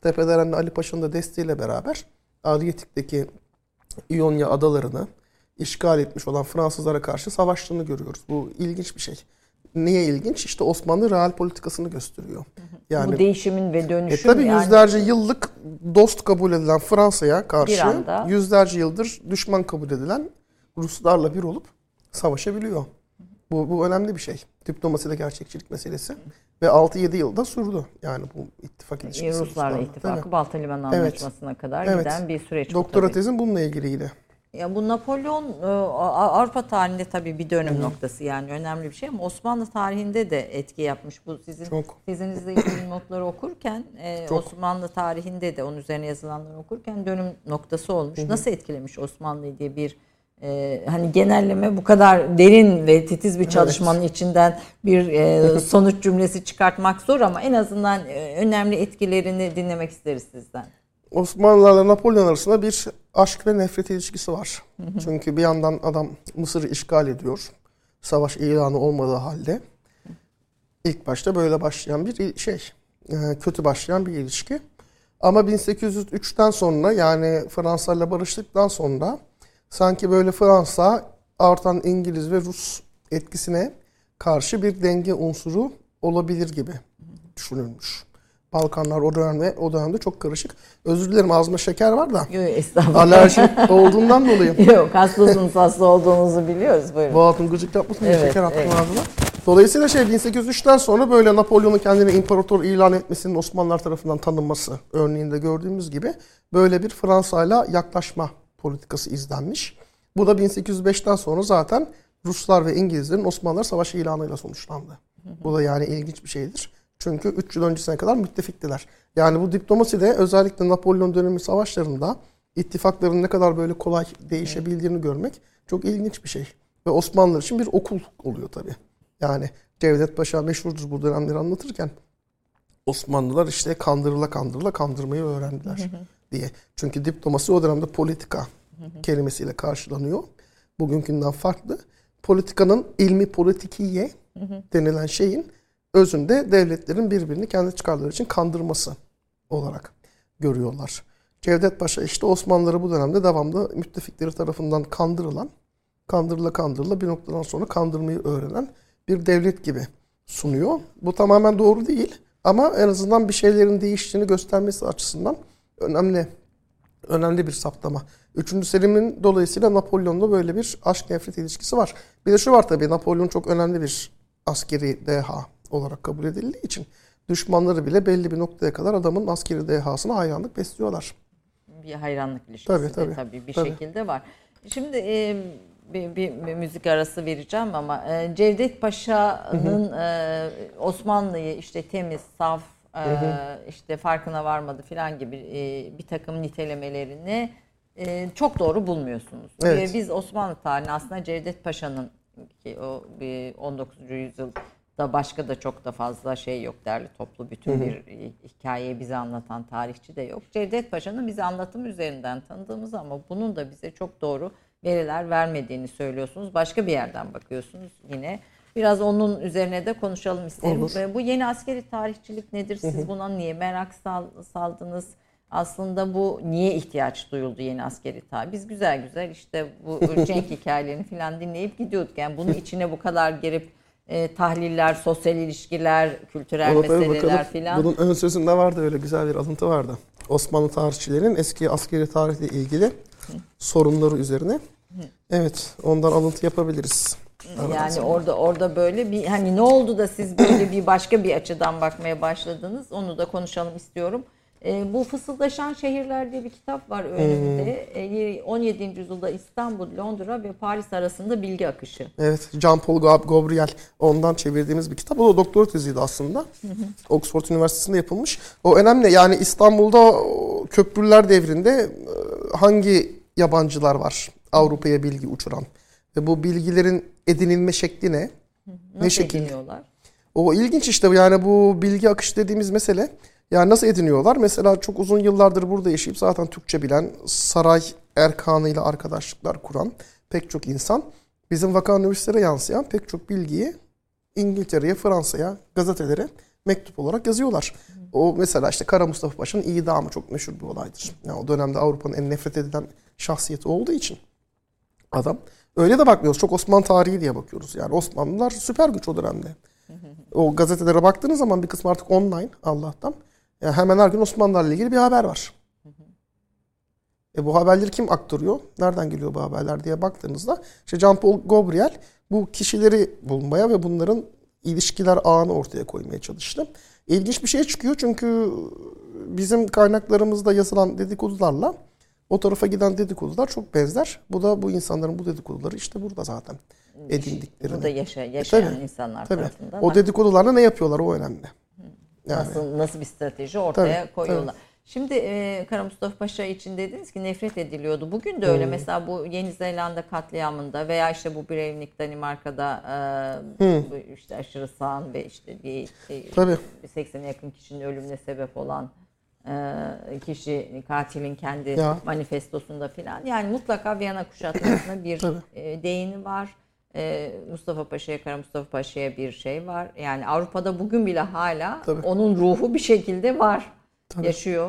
Tepederenli Ali Paşa'nın da desteğiyle beraber Adriyatik'teki İonya adalarını işgal etmiş olan Fransızlara karşı savaştığını görüyoruz. Bu ilginç bir şey. Niye ilginç? İşte Osmanlı real politikasını gösteriyor. Yani bu değişimin ve e dönüşüm tabii yani yüzlerce yıllık dost kabul edilen Fransa'ya Bir karşı anda. yüzlerce yıldır düşman kabul edilen Ruslarla bir olup savaşabiliyor. Bu, bu önemli bir şey. Diplomaside gerçekçilik meselesi. Ve altı yedi yılda sürdü. Yani bu ittifak ilişkisi. Ruslarla Ruslarla. ittifakı Tabii. Balta Limanı Evet. Anlaşması'na kadar Evet. giden bir süreç bu Doktora tabii. tezim bununla ilgiliydi. Ya bu Napolyon e, Avrupa tarihinde tabii bir dönüm Hı-hı. noktası, yani önemli bir şey, ama Osmanlı tarihinde de etki yapmış. Bu sizin Çok. tezinizde ilgili notları okurken e, Çok. Osmanlı tarihinde de onun üzerine yazılanları okurken dönüm noktası olmuş. Hı-hı. Nasıl etkilemiş Osmanlı'yı diye bir e, hani genelleme, bu kadar derin ve titiz bir çalışmanın evet. içinden bir e, sonuç cümlesi çıkartmak zor, ama en azından e, önemli etkilerini dinlemek isteriz sizden. Osmanlılarla Napolyon arasında bir aşk ve nefret ilişkisi var. Hı hı. Çünkü bir yandan adam Mısır'ı işgal ediyor. Savaş ilanı olmadığı halde. İlk başta böyle başlayan bir şey. Kötü başlayan bir ilişki. Ama bin sekiz yüz üçten sonra, yani Fransa ile barıştıktan sonra sanki böyle Fransa artan İngiliz ve Rus etkisine karşı bir denge unsuru olabilir gibi düşünülmüş. Balkanlar o dönemde o dönemde çok karışık. Özür dilerim, ağzımda şeker var da. Yok, estağfurullah. Alerji olduğundan dolayı. Yok, hastasınız, hasta olduğunuzu biliyoruz. Buyurun. Boğazım gıcık yapmasın diye Evet, şeker attım evet. ağzıma. Dolayısıyla şey bin sekiz yüz üçten sonra böyle Napolyon'un kendini imparator ilan etmesinin Osmanlılar tarafından tanınması örneğinde gördüğümüz gibi böyle bir Fransa'yla yaklaşma politikası izlenmiş. Bu da bin sekiz yüz beşten sonra zaten Ruslar ve İngilizlerin Osmanlılar savaşı ilanıyla sonuçlandı. Hı hı. Bu da yani ilginç bir şeydir. Çünkü üç yıl öncesine kadar müttefiktiler. Yani bu diplomaside özellikle Napolyon dönemi savaşlarında ittifakların ne kadar böyle kolay değişebildiğini evet. görmek çok ilginç bir şey. Ve Osmanlılar için bir okul oluyor tabii. Yani Cevdet Paşa meşhurdur bu dönemleri anlatırken. Osmanlılar işte kandırıla kandırıla kandırmayı öğrendiler hı hı. diye. Çünkü diplomasi o dönemde politika hı hı. kelimesiyle karşılanıyor. Bugünkünden farklı. Politikanın ilmi politikiye hı hı. denilen şeyin özünde devletlerin birbirini kendi çıkarları için kandırması olarak görüyorlar. Cevdet Paşa işte Osmanlıları bu dönemde devamlı müttefikleri tarafından kandırılan, kandırıla kandırıla bir noktadan sonra kandırmayı öğrenen bir devlet gibi sunuyor. Bu tamamen doğru değil ama en azından bir şeylerin değiştiğini göstermesi açısından önemli önemli bir saptama. Üçüncü Selim'in dolayısıyla Napolyon'la böyle bir aşk nefret ilişkisi var. Bir de şu var tabii, Napolyon çok önemli bir askeri deha olarak kabul edildiği için düşmanları bile belli bir noktaya kadar adamın askeri dehasına hayranlık besliyorlar. Bir hayranlık ilişkisi tabii, de tabii, tabii bir tabii. şekilde var. Şimdi e, bir, bir, bir müzik arası vereceğim ama e, Cevdet Paşa'nın e, Osmanlı'yı işte temiz, saf, e, işte farkına varmadı filan gibi e, bir takım nitelemelerini e, çok doğru bulmuyorsunuz. Evet. Ve biz Osmanlı tarihini aslında Cevdet Paşa'nın ki o on dokuzuncu yüzyılda başka da çok da fazla şey yok, derli toplu bütün hı hı. bir hikayeyi bize anlatan tarihçi de yok. Cevdet Paşa'nın bize anlatım üzerinden tanıdığımız ama bunun da bize çok doğru veriler vermediğini söylüyorsunuz. Başka bir yerden bakıyorsunuz yine. Biraz onun üzerine de konuşalım isterim. Olur. Bu yeni askeri tarihçilik nedir? Siz hı hı. buna niye merak saldınız? Aslında bu niye ihtiyaç duyuldu yeni askeri tarih? Biz güzel güzel işte bu Cenk hikayelerini falan dinleyip gidiyorduk. Yani bunun içine bu kadar girip e, tahliller, sosyal ilişkiler, kültürel Ona meseleler falan. Bunun ön sözünde vardı, öyle güzel bir alıntı vardı. Osmanlı tarihçilerin eski askeri tarihle ilgili Hı. sorunları üzerine. Hı. Evet, ondan alıntı yapabiliriz. Yani Aramızda. orada orada böyle bir hani ne oldu da siz böyle bir başka bir açıdan bakmaya başladınız? Onu da konuşalım istiyorum. E, bu Fısıldaşan Şehirler diye bir kitap var önümde. Hmm. E, on yedinci yüzyılda İstanbul, Londra ve Paris arasında bilgi akışı. Evet, Jean-Paul Gabriel, ondan çevirdiğimiz bir kitap. O da doktora teziydi aslında. Hı hı. Oxford Üniversitesi'nde yapılmış. O önemli, yani İstanbul'da köprüler devrinde hangi yabancılar var Avrupa'ya bilgi uçuran? Ve bu bilgilerin edinilme şekli ne? Nasıl ne şekil? ediniyorlar? O ilginç işte, yani bu bilgi akışı dediğimiz mesele. Yani nasıl ediniyorlar? Mesela çok uzun yıllardır burada yaşayıp zaten Türkçe bilen, saray erkanıyla arkadaşlıklar kuran pek çok insan bizim vaka üniversitelere yansıyan pek çok bilgiyi İngiltere'ye, Fransa'ya, gazetelere mektup olarak yazıyorlar. O mesela işte Kara Mustafa Paşa'nın idamı çok meşhur bir olaydır. Yani o dönemde Avrupa'nın en nefret edilen şahsiyeti olduğu için adam. Öyle de bakmıyoruz. Çok Osmanlı tarihi diye bakıyoruz. Yani Osmanlılar süper güç o dönemde. O gazetelere baktığınız zaman bir kısmı artık online Allah'tan. Yani hemen her gün Osmanlılarla ilgili bir haber var. E bu haberleri kim aktarıyor? Nereden geliyor bu haberler diye baktığınızda işte Jean-Paul Gabriel bu kişileri bulmaya ve bunların ilişkiler ağını ortaya koymaya çalıştı. İlginç bir şey çıkıyor çünkü bizim kaynaklarımızda yazılan dedikodularla o tarafa giden dedikodular çok benzer. Bu da bu insanların bu dedikoduları işte burada zaten edindiklerini. Burada yaşa, yaşayan tabii, insanlar tabii. tarafından. O dedikodularla ne yapıyorlar o önemli. Yani. Nasıl nasıl bir strateji ortaya Tabii, koyuyorlar. tabii. Şimdi e, Kara Mustafa Paşa için dediniz ki nefret ediliyordu. Bugün de öyle. Hmm. Mesela bu Yeni Zelanda katliamında veya işte bu Breivik Danimarka'da e, hmm. işte aşırı sağın ve işte bir e, seksene yakın kişinin ölümüne sebep olan e, kişi katilin kendi ya. manifestosunda filan. Yani mutlaka Viyana kuşatmasına bir e, değini var. Ee, Mustafa Paşa'ya, Kara Mustafa Paşa'ya bir şey var. Yani Avrupa'da bugün bile hala Tabii. onun ruhu bir şekilde var. Tabii. Yaşıyor.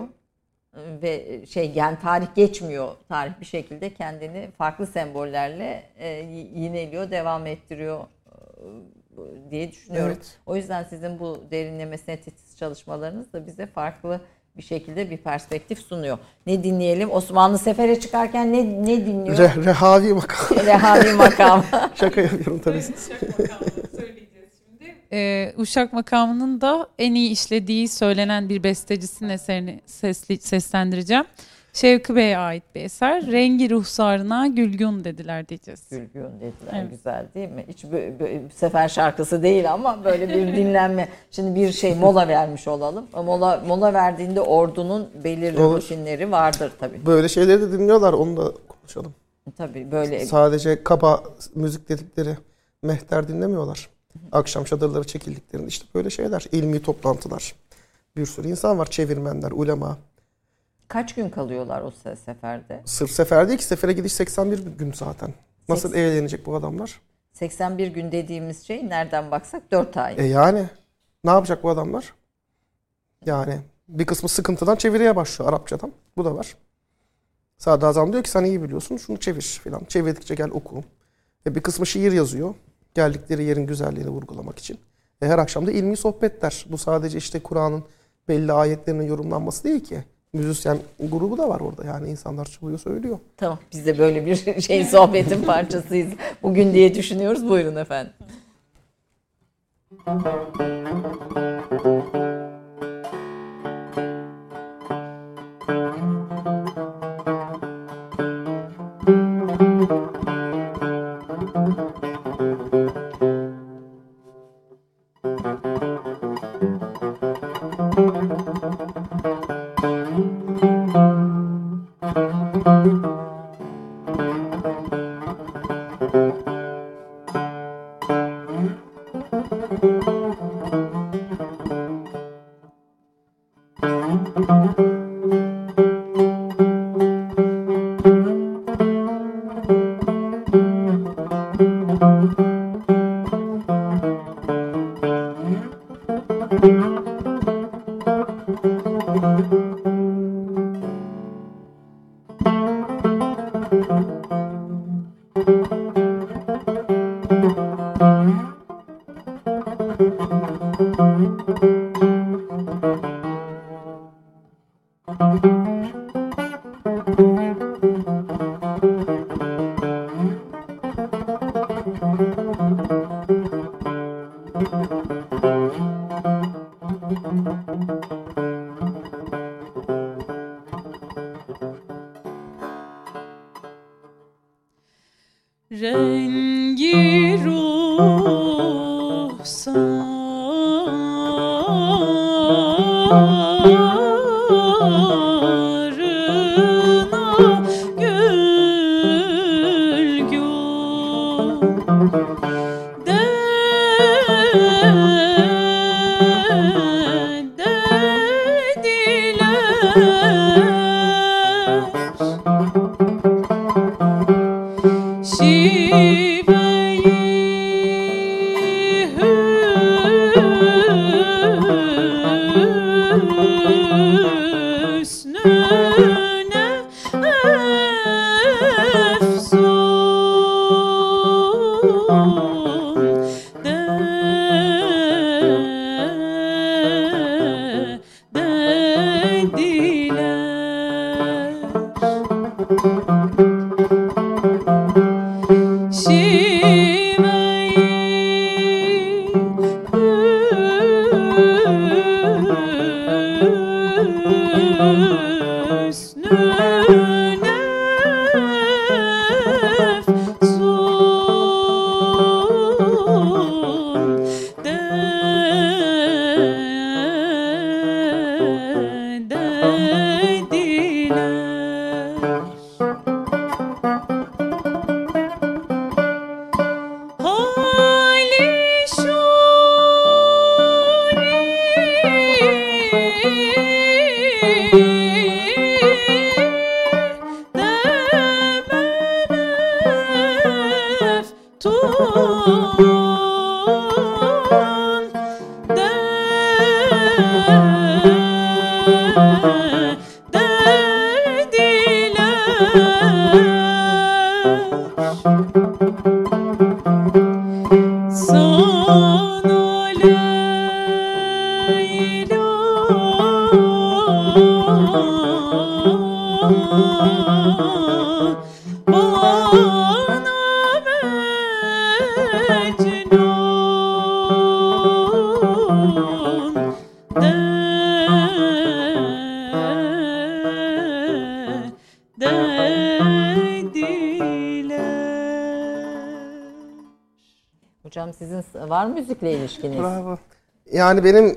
Ve şey yani tarih geçmiyor. Tarih bir şekilde kendini farklı sembollerle e, yineliyor, devam ettiriyor e, diye düşünüyorum. Evet. O yüzden sizin bu derinlemesine titiz çalışmalarınız da bize farklı bir şekilde bir perspektif sunuyor. Ne dinleyelim? Osmanlı sefere çıkarken ne ne dinliyor? Re, rehavi makam. Rehavi makam. Şaka yapıyorum tabii. Uşak makamını söyleyeceğiz şimdi. Ee, Uşak makamının da en iyi işlediği söylenen bir bestecisinin eserini sesli, seslendireceğim. Şevki Bey'e ait bir eser. Rengi ruhsarına gülgün dediler diyeceğiz. Gülgün dediler. Evet. Güzel değil mi? Hiç böyle, böyle sefer şarkısı değil ama böyle bir dinlenme. Şimdi bir şey mola vermiş olalım. Mola mola verdiğinde ordunun belirli Olur. rutinleri vardır tabii. Böyle şeyleri de dinliyorlar. Onu da konuşalım. Tabii böyle. Sadece kaba müzik dedikleri mehter dinlemiyorlar. Akşam çadırları çekildiklerinde işte böyle şeyler. İlmi toplantılar. Bir sürü insan var. Çevirmenler, ulema. Kaç gün kalıyorlar o seferde? Sırf sefer değil ki. Sefere gidiş seksen bir gün zaten. Nasıl seksen eğlenecek bu adamlar? seksen bir gün dediğimiz şey nereden baksak dört ay. E yani ne yapacak bu adamlar? Yani bir kısmı sıkıntıdan çeviriye başlıyor Arapçadan. Bu da var. Sadrazam diyor ki sen iyi biliyorsun şunu çevir filan. Çevirdikçe gel oku. E bir kısmı şiir yazıyor. Geldikleri yerin güzelliğini vurgulamak için. E her akşam da ilmi sohbetler. Bu sadece işte Kur'an'ın belli ayetlerinin yorumlanması değil ki. Müzisyen grubu da var orada yani insanlar çalıyor söylüyor. Tamam biz de böyle bir şey sohbetin parçasıyız bugün diye düşünüyoruz. Buyurun efendim. Rengi ruhsarına gülgün de dediler. Hocam sizin var mı müzikle ilişkiniz? Bravo. Yani benim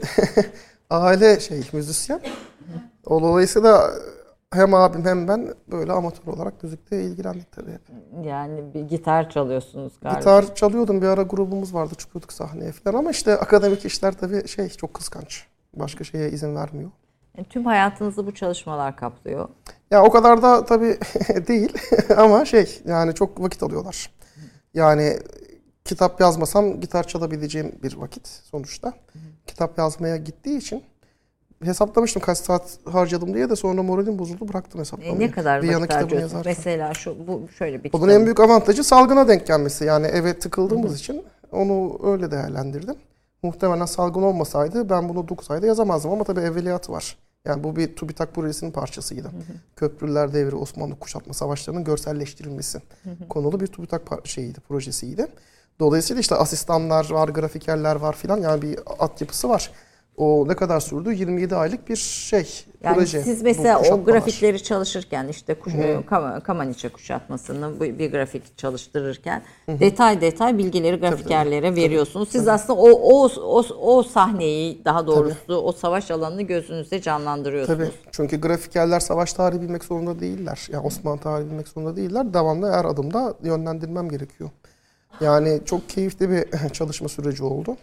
aile şey müzisyen. Dolayısıyla hem abim hem ben böyle amatör olarak müzikle ilgilendik tabii hep. Yani bir gitar çalıyorsunuz galiba. Gitar çalıyordum. Bir ara grubumuz vardı. Çıkıyorduk sahneye falan ama işte akademik işler tabii şey çok kıskanç. Başka şeye izin vermiyor. Yani tüm hayatınızı bu çalışmalar kaplıyor. Ya o kadar da tabii değil ama şey yani çok vakit alıyorlar. Yani kitap yazmasam gitar çalabileceğim bir vakit sonuçta. Hı hı. Kitap yazmaya gittiği için hesaplamıştım kaç saat harcadım diye de sonra moralim bozuldu bıraktım hesaplamayı. E ne kadar bir vakit harcıyorsunuz? Mesela şu bu şöyle bir Bunun en büyük avantajı salgına denk gelmesi. Yani eve tıkıldığımız hı hı. için onu öyle değerlendirdim. Muhtemelen salgın olmasaydı ben bunu dokuz ayda yazamazdım ama tabii evveliyatı var. Yani bu bir TÜBİTAK projesinin parçasıydı. Hı hı. Köprüler Devri Osmanlı Kuşatma Savaşları'nın görselleştirilmesi hı hı. konulu bir TÜBİTAK şeyiydi, projesiydi. Dolayısıyla işte asistanlar var, grafikerler var filan yani bir altyapısı var. O ne kadar sürdü? yirmi yedi aylık bir şey, yani proje. Siz mesela o grafikleri çalışırken işte kuş, Kam- Kamaniçe kuşatmasını bir grafik çalıştırırken hı-hı. detay detay bilgileri grafikerlere tabii, veriyorsunuz. Siz tabii. aslında o, o o o sahneyi daha doğrusu tabii. o savaş alanını gözünüzde canlandırıyorsunuz. Tabii. Çünkü grafikerler savaş tarihi bilmek zorunda değiller. Yani Osmanlı tarihi bilmek zorunda değiller. Devamlı her adımda yönlendirmem gerekiyor. Yani çok keyifli bir çalışma süreci oldu.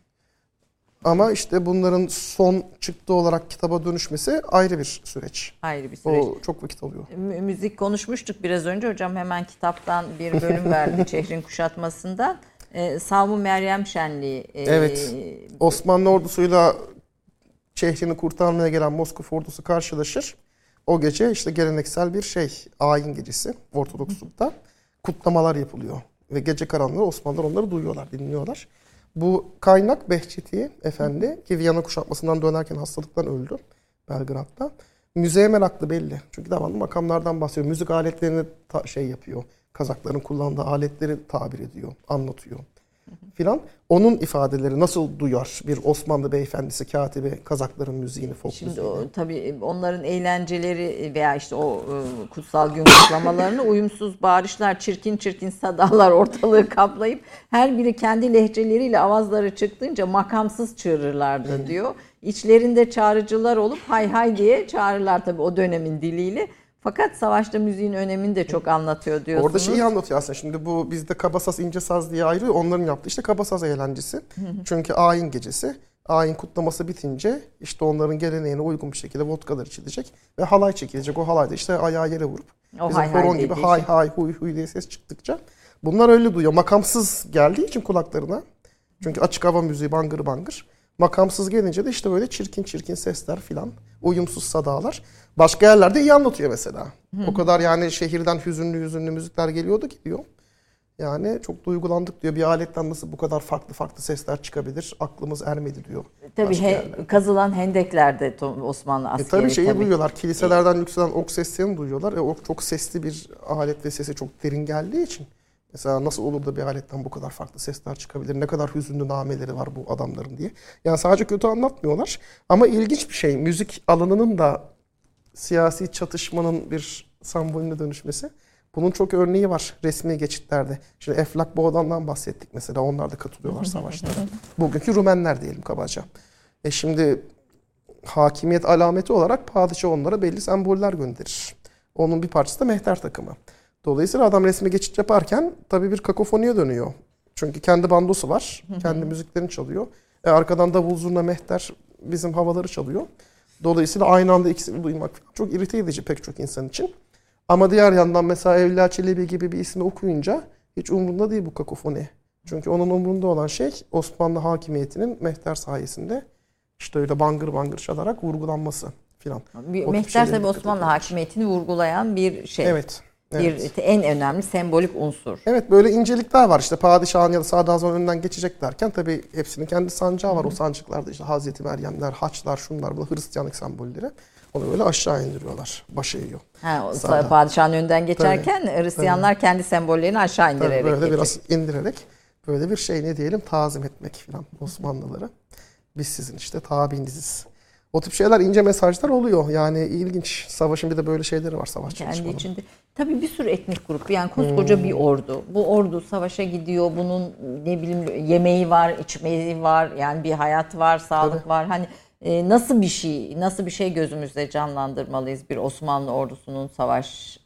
Ama işte bunların son çıktı olarak kitaba dönüşmesi ayrı bir süreç. Ayrı bir süreç. O çok vakit alıyor. M- müzik konuşmuştuk biraz önce. Hocam hemen kitaptan bir bölüm verdi Çehrin Kuşatması'ndan. Ee, Savun Meryem Şenliği. E, evet. Osmanlı ordusuyla Çehrin'i kurtarmaya gelen Moskova ordusu karşılaşır. O gece işte geleneksel bir şey, ayin gecesi Ortodokslukta kutlamalar yapılıyor. Ve gece karanlığı Osmanlılar onları duyuyorlar, dinliyorlar. Bu kaynak Behçeti Efendi ki Viyana kuşatmasından dönerken hastalıktan öldü Belgrad'da. Müzeye meraklı belli. Çünkü devamlı makamlardan bahsediyor. Müzik aletlerini ta- şey yapıyor. Kazakların kullandığı aletleri tabir ediyor, anlatıyor filan. Onun ifadeleri nasıl duyar bir Osmanlı beyefendisi, katibi Kazakların müziğini, folk Şimdi müziğini? o, tabii onların eğlenceleri veya işte o e, kutsal gün kutlamalarını uyumsuz bağırışlar, çirkin çirkin sadalar ortalığı kaplayıp her biri kendi lehçeleriyle avazları çıktığınca makamsız çığırırlardı diyor. İçlerinde çağrıcılar olup hay hay diye çağırırlar tabii o dönemin diliyle. Fakat savaşta müziğin önemini de çok anlatıyor diyorsunuz. Orada şeyi anlatıyor aslında. Şimdi bu bizde kabasaz, ince saz diye ayrı. Onların yaptığı işte kabasaz eğlencesi. Çünkü ayin gecesi. Ayin kutlaması bitince işte onların geleneğine uygun bir şekilde vodkalar içilecek. Ve halay çekilecek. O halayda işte ayağı yere vurup o bizim hay horon hay gibi hay hay huy huy diye ses çıktıkça. Bunlar öyle duyuyor. Makamsız geldiği için kulaklarına. Çünkü açık hava müziği bangır bangır. Makamsız gelince de işte böyle çirkin çirkin sesler filan. Uyumsuz sadalar. Başka yerlerde iyi anlatıyor mesela. Hı. O kadar yani şehirden hüzünlü hüzünlü müzikler geliyordu ki diyor. Yani çok duygulandık diyor. Bir aletten nasıl bu kadar farklı farklı sesler çıkabilir? Aklımız ermedi diyor. Tabii he, kazılan hendeklerde Osmanlı askeri. E tabii şeyi tabii. duyuyorlar. Kiliselerden yükselen ok seslerini duyuyorlar. E ok çok sesli bir alet ve sesi çok derin geldiği için. Mesela nasıl olur da bir aletten bu kadar farklı sesler çıkabilir? Ne kadar hüzünlü nameleri var bu adamların diye. Yani sadece kötü anlatmıyorlar. Ama ilginç bir şey. Müzik alanının da siyasi çatışmanın bir sembolüne dönüşmesi. Bunun çok örneği var resmi geçitlerde. Şimdi Eflak Boğdan'dan bahsettik mesela. Onlar da katılıyorlar savaşlara. Bugünkü Rumenler diyelim kabaca. E şimdi hakimiyet alameti olarak padişah onlara belli semboller gönderir. Onun bir parçası da mehter takımı. Dolayısıyla adam resmi geçit yaparken tabii bir kakofoniye dönüyor. Çünkü kendi bandosu var. Kendi müziklerini çalıyor. E arkadan davul zurna mehter bizim havaları çalıyor. Dolayısıyla aynı anda ikisini duymak çok irite edici pek çok insan için. Ama diğer yandan mesela Evliya Çelebi gibi bir ismi okuyunca hiç umurunda değil bu kakofoni. Çünkü onun umurunda olan şey Osmanlı hakimiyetinin mehter sayesinde işte öyle bangır bangır çalarak vurgulanması filan. Mehter tabii Osmanlı hakimiyetini vurgulayan bir şey. Evet. Evet. Bir en önemli sembolik unsur. Evet, böyle incelikler var. İşte padişahın ya da sadrazamın önünden geçecek derken tabii hepsinin kendi sancağı var. Hı-hı. O sancıklarda işte Hazreti Meryemler, haçlar, şunlar, bu Hristiyanlık sembolleri. Onu böyle aşağı indiriyorlar. Başı eğiyor. Ha, o padişahın önünden geçerken tabii, Hristiyanlar tabii. kendi sembollerini aşağı indirerek tabii, böyle geçecek. Biraz indirerek böyle bir şey ne diyelim tazim etmek falan Osmanlıları. Biz sizin işte tabiniziz. O tip şeyler, ince mesajlar oluyor. Yani ilginç. Savaşın bir de böyle şeyleri var, savaş çalışmaları. Kendi içinde. Tabii bir sürü etnik grup. Yani koskoca hmm. bir ordu. Bu ordu savaşa gidiyor. Bunun ne bileyim yemeği var, içmeyi var. Yani bir hayat var, sağlık tabii. var. Hani e, nasıl bir şey, nasıl bir şey gözümüzde canlandırmalıyız bir Osmanlı ordusunun savaş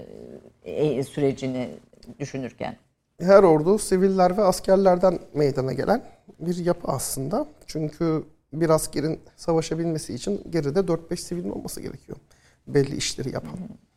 e, sürecini düşünürken? Her ordu siviller ve askerlerden meydana gelen bir yapı aslında. Çünkü bir askerin savaşabilmesi için geride dört beş sivil olması gerekiyor. Belli işleri yapan.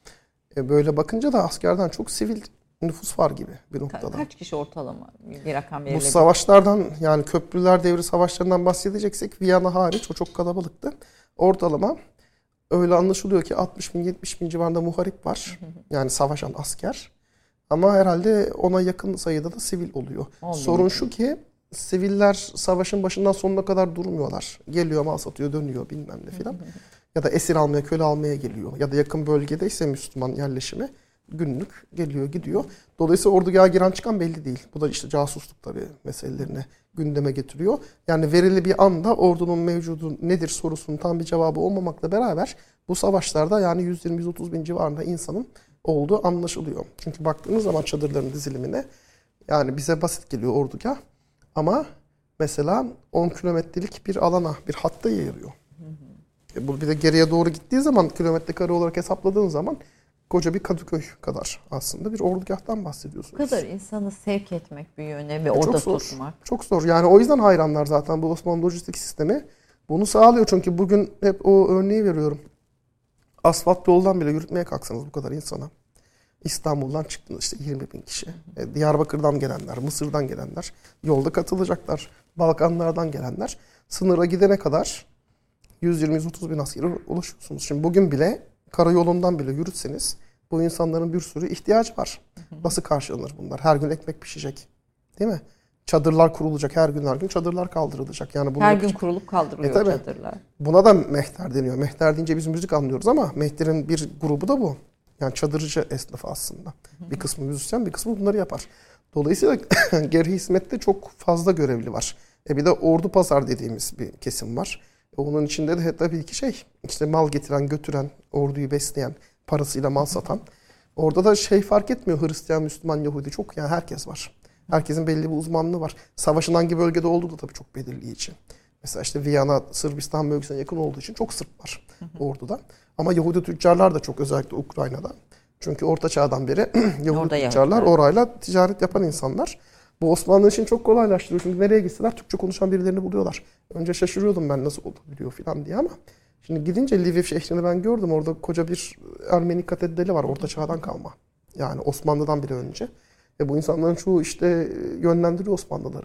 E böyle bakınca da askerden çok sivil nüfus var gibi bir noktada. Kaç kişi ortalama bir rakam verilebilir? Bu savaşlardan, yani köprüler devri savaşlarından bahsedeceksek Viyana hariç o çok kalabalıktı. Ortalama öyle anlaşılıyor ki altmış bin yetmiş bin civarında muharip var. Yani savaşan asker. Ama herhalde ona yakın sayıda da sivil oluyor. Olmuyor. Sorun şu ki siviller savaşın başından sonuna kadar durmuyorlar. Geliyor, mal satıyor, dönüyor bilmem ne filan. Ya da esir almaya, köle almaya geliyor. Ya da yakın bölgedeyse Müslüman yerleşimi günlük geliyor, gidiyor. Dolayısıyla ordugaha giren çıkan belli değil. Bu da işte casusluk tabii meselelerini gündeme getiriyor. Yani verili bir anda ordunun mevcudu nedir sorusunun tam bir cevabı olmamakla beraber bu savaşlarda yani yüz yirmi yüz otuz bin civarında insanın olduğu anlaşılıyor. Çünkü baktığınız zaman çadırların dizilimine yani bize basit geliyor ordugah. Ama mesela on kilometrelik bir alana, bir hatta yayılıyor. E bu bir de geriye doğru gittiği zaman kilometre kare olarak hesapladığın zaman koca bir Kadıköy kadar aslında bir ordugahtan bahsediyorsunuz. Bu kadar insanı sevk etmek bir yöne ve e orada çok tutmak. Çok zor. Yani o yüzden hayranlar zaten bu Osmanlı lojistik sistemi bunu sağlıyor. Çünkü bugün hep o örneği veriyorum. Asfalt yoldan bile yürütmeye kalksanız bu kadar insana. İstanbul'dan çıktınız işte yirmi bin kişi. E, Diyarbakır'dan gelenler, Mısır'dan gelenler yolda katılacaklar. Balkanlardan gelenler. Sınıra gidene kadar yüz yirmi yüz otuz bin askere ulaşıyorsunuz. Şimdi bugün bile karayolundan bile yürütseniz bu insanların bir sürü ihtiyacı var. Nasıl karşılanır bunlar? Her gün ekmek pişecek. Değil mi? Çadırlar kurulacak. Her gün her gün çadırlar kaldırılacak. Yani her gün kurulup kaldırılıyor e, çadırlar. Buna da mehter deniyor. Mehter deyince biz müzik anlıyoruz ama mehterin bir grubu da bu. Yani çadırcı esnafı aslında. Bir kısmı müzisyen, bir kısmı bunları yapar. Dolayısıyla geri hizmette çok fazla görevli var. E bir de ordu pazar dediğimiz bir kesim var. E onun içinde de tabii ki şey, işte mal getiren, götüren, orduyu besleyen, parasıyla mal satan. Orada da şey fark etmiyor, Hristiyan, Müslüman, Yahudi çok, yani herkes var. Herkesin belli bir uzmanlığı var. Savaşın hangi bölgede olduğu da tabii çok belirleyici. Mesela işte Viyana, Sırbistan bölgesine yakın olduğu için çok Sırp var orduda. Ama Yahudi tüccarlar da çok, özellikle Ukrayna'da. Çünkü Orta Çağ'dan beri Yahudi orada tüccarlar Yahudiler. Orayla ticaret yapan insanlar. Bu Osmanlı için çok kolaylaştırıyor. Çünkü nereye gitseler Türkçe konuşan birilerini buluyorlar. Önce şaşırıyordum ben nasıl olabiliyor falan diye ama şimdi gidince Lviv şehrini ben gördüm. Orada koca bir Ermeni katedrali var. Orta Çağ'dan kalma. Yani Osmanlı'dan bile önce. Ve bu insanların çoğu işte yönlendiriyor Osmanlıları.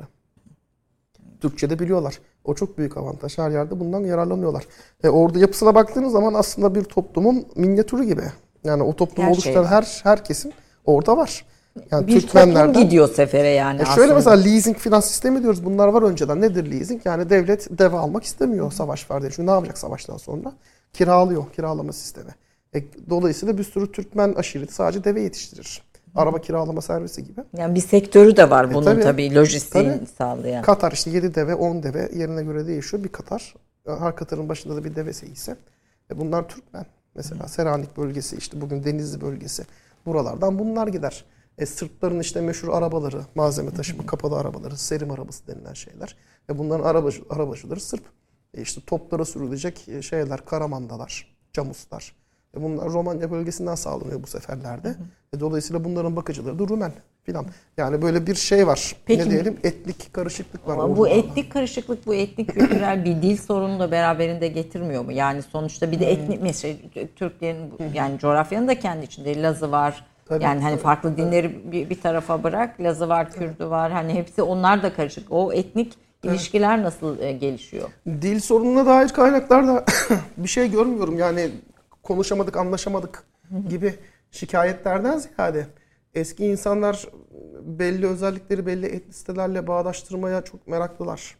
Türkçe de biliyorlar. O çok büyük avantaj. Her yerde bundan yararlanıyorlar. E orada yapısına baktığınız zaman aslında bir toplumun minyatürü gibi. Yani o toplumu her oluşturan şey her, her kesim orada var. Yani Bir Türkmenlerden toplum gidiyor sefere yani e aslında. şöyle mesela leasing finans sistemi diyoruz. Bunlar var önceden. Nedir leasing? Yani devlet deve almak istemiyor savaş var diye. Çünkü ne yapacak savaştan sonra? Kiralıyor. Kiralama sistemi. E, dolayısıyla bir sürü Türkmen aşireti sadece deve yetiştirir. Araba kiralama servisi gibi. Yani bir sektörü de var bunun E, tabii, tabii lojistiğini tabii. sağlayan. Katar işte yedi deve, on deve yerine göre değişiyor. Bir Katar. Her Katar'ın başında da bir devesi ise. E, bunlar Türkmen. Mesela Selanik bölgesi, işte bugün Denizli bölgesi. Buralardan bunlar gider. E, Sırpların işte meşhur arabaları, malzeme taşıma, kapalı arabaları, serim arabası denilen şeyler. Ve bunların arabacı, arabacıları Sırp. E, işte toplara sürülecek şeyler, karamandalar, camuslar. E, bunlar Romanya bölgesinden sağlanıyor bu seferlerde. Hı hı. E, dolayısıyla bunların bakıcıları da Rumen filan. Yani böyle bir şey var. Peki, ne diyelim? Etnik karışıklık var. Ama bu etnik karışıklık, bu etnik kültürel bir dil sorunu da beraberinde getirmiyor mu? Yani sonuçta bir de etnik mesela Türklerin yani coğrafyanın da kendi içinde Lazı var. Tabii, yani hani tabii, farklı tabii. dinleri bir, bir tarafa bırak. Lazı var, Kürdü var. Hani hepsi onlar da karışık. O etnik ilişkiler nasıl e, gelişiyor? Dil sorununa dair kaynaklarda bir şey görmüyorum. Yani konuşamadık, anlaşamadık gibi şikayetlerden ziyade eski insanlar belli özellikleri belli etnisitelerle bağdaştırmaya çok meraklılar.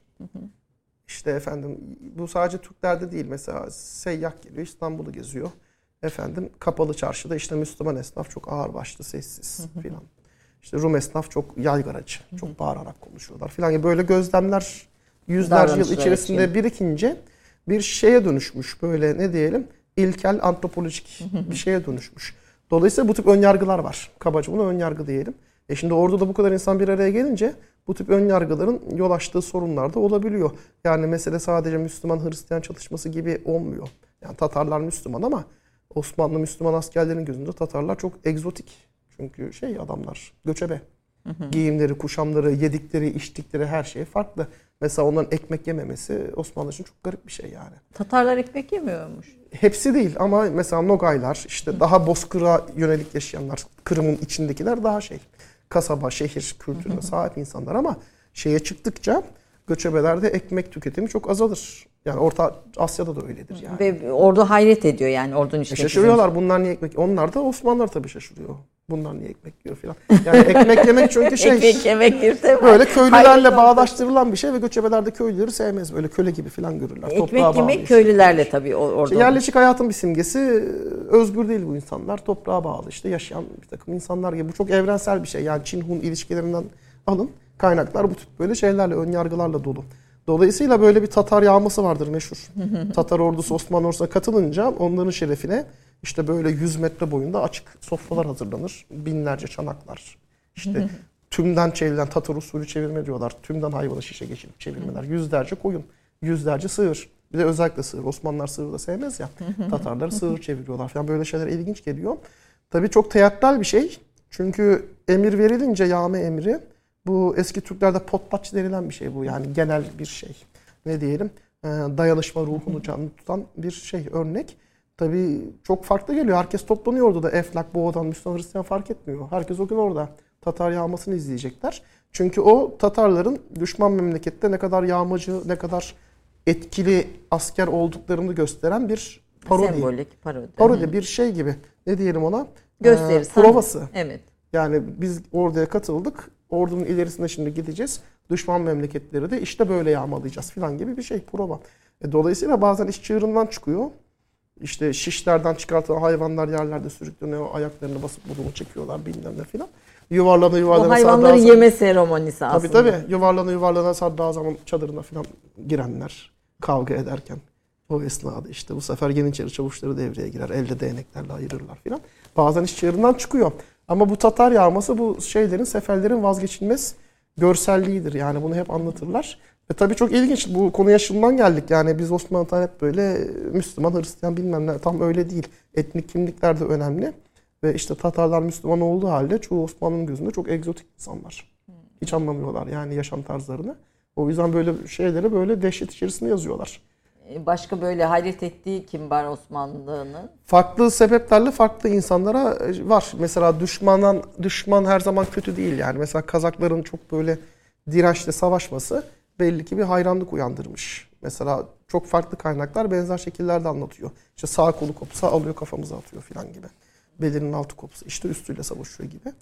İşte efendim bu sadece Türklerde değil. Mesela seyyah geliyor, İstanbul'u geziyor. Efendim kapalı çarşıda işte Müslüman esnaf çok ağırbaşlı, sessiz filan. İşte Rum esnaf çok yaygaracı, çok bağırarak konuşuyorlar filan. Böyle gözlemler yüzlerce yıl içerisinde için. birikince bir şeye dönüşmüş. Böyle ne diyelim ilkel antropolojik bir şeye dönüşmüş. Dolayısıyla bu tip önyargılar var. Kabaca buna önyargı diyelim. E şimdi orada da bu kadar insan bir araya gelince bu tip önyargıların yol açtığı sorunlar da olabiliyor. Yani mesele sadece Müslüman-Hristiyan çatışması gibi olmuyor. Yani Tatarlar Müslüman ama Osmanlı Müslüman askerlerin gözünde Tatarlar çok egzotik. Çünkü şey adamlar göçebe. Hı hı. Giyimleri, kuşamları, yedikleri, içtikleri her şey farklı. Mesela onların ekmek yememesi Osmanlı için çok garip bir şey yani. Tatarlar ekmek yemiyormuş. Hepsi değil ama mesela Nogaylar, işte hı. daha bozkıra yönelik yaşayanlar, Kırım'ın içindekiler daha şey. Kasaba, şehir kültürüne sahip insanlar ama şeye çıktıkça göçebelerde ekmek tüketimi çok azalır. Yani Orta Asya'da da öyledir yani. Ve orada hayret ediyor yani ordunun işte. E şaşırıyorlar bunlar niye ekmek. Onlar da Osmanlılar tabii şaşırıyor. Bunlar niye ekmek yiyor filan. Yani ekmek yemek çünkü şey. ekmek yemektir de böyle köylülerle bağdaştırılan bir şey ve göçebeler de köylüleri sevmez. Böyle köle gibi filan görürler. Ekmek yemek işte. Köylülerle tabii orada. İşte yerleşik hayatın bir simgesi. Özgür değil bu insanlar. Toprağa bağlı işte yaşayan bir takım insanlar gibi. Bu çok evrensel bir şey. Yani Çin-Hun ilişkilerinden alın. Kaynaklar bu tip böyle şeylerle, önyargılarla dolu. Dolayısıyla böyle bir Tatar yağması vardır meşhur. Tatar ordusu Osmanlı ordusuna katılınca onların şerefine işte böyle yüz metre boyunda açık sofralar hazırlanır. Binlerce çanaklar. İşte tümden çevrilen Tatar usulü çevirme diyorlar. Tümden hayvanı şişe geçirip çevirmeler. Yüzlerce koyun, yüzlerce sığır. Bir de özellikle sığır. Osmanlılar sığırı da sevmez ya. Tatarlar sığır çeviriyorlar falan. Böyle şeyler ilginç geliyor. Tabii çok teatral bir şey. Çünkü emir verilince yağma emri bu eski Türklerde potlaç denilen bir şey bu. Yani genel bir şey. Ne diyelim? Dayanışma ruhunu canlı tutan bir şey, örnek. Tabii çok farklı geliyor. Herkes toplanıyor orada da. Eflak, Boğa'dan, Müslüman, Hristiyan fark etmiyor. Herkes o gün orada. Tatar yağmasını izleyecekler. Çünkü o Tatarların düşman memlekette ne kadar yağmacı, ne kadar etkili asker olduklarını gösteren bir parodi. Sembolik parodi. Parodi bir şey gibi. Ne diyelim ona? Gösterisi. Ee, provası. Evet. Yani biz oraya katıldık. Ordunun ilerisine şimdi gideceğiz. Düşman memleketleri de işte böyle yağmalayacağız falan gibi bir şey, prova. E, dolayısıyla bazen iş çığırından çıkıyor. İşte şişlerden çıkartılan hayvanlar yerlerde sürükleniyor. Ayaklarını basıp burnunu çekiyorlar bilmem ne filan. Yuvarlana yuvarlana. Bu hayvanların yeme seremonisi aslında. Tabii tabii. Yuvarlana yuvarlana Sadrazam'ın çadırına filan girenler kavga ederken. O esnada işte bu sefer Yeniçeri çavuşları devreye girer. Elde değneklerle ayırırlar filan. Bazen iş çığırından çıkıyor. Ama bu Tatar yağması bu şeylerin, seferlerin vazgeçilmez görselliğidir. Yani bunu hep anlatırlar. Ve tabii çok ilginç. Bu konuya şundan geldik. Yani biz Osmanlı'dan hep böyle Müslüman, Hristiyan bilmem ne. Tam öyle değil. Etnik kimlikler de önemli. Ve işte Tatarlar Müslüman olduğu halde çoğu Osmanlı'nın gözünde çok egzotik insanlar. Hiç anlamıyorlar yani yaşam tarzlarını. O yüzden böyle şeyleri böyle dehşet içerisinde yazıyorlar. Başka böyle hayret ettiği kim var Osmanlı'nın? Farklı sebeplerle farklı insanlara var. Mesela düşmandan düşman her zaman kötü değil yani. Mesela Kazakların çok böyle dirençle savaşması belli ki bir hayranlık uyandırmış. Mesela çok farklı kaynaklar benzer şekillerde anlatıyor. İşte sağ kolu kopsa alıyor kafamıza atıyor falan gibi. Belinin altı kopsa işte üstüyle savaşıyor gibi.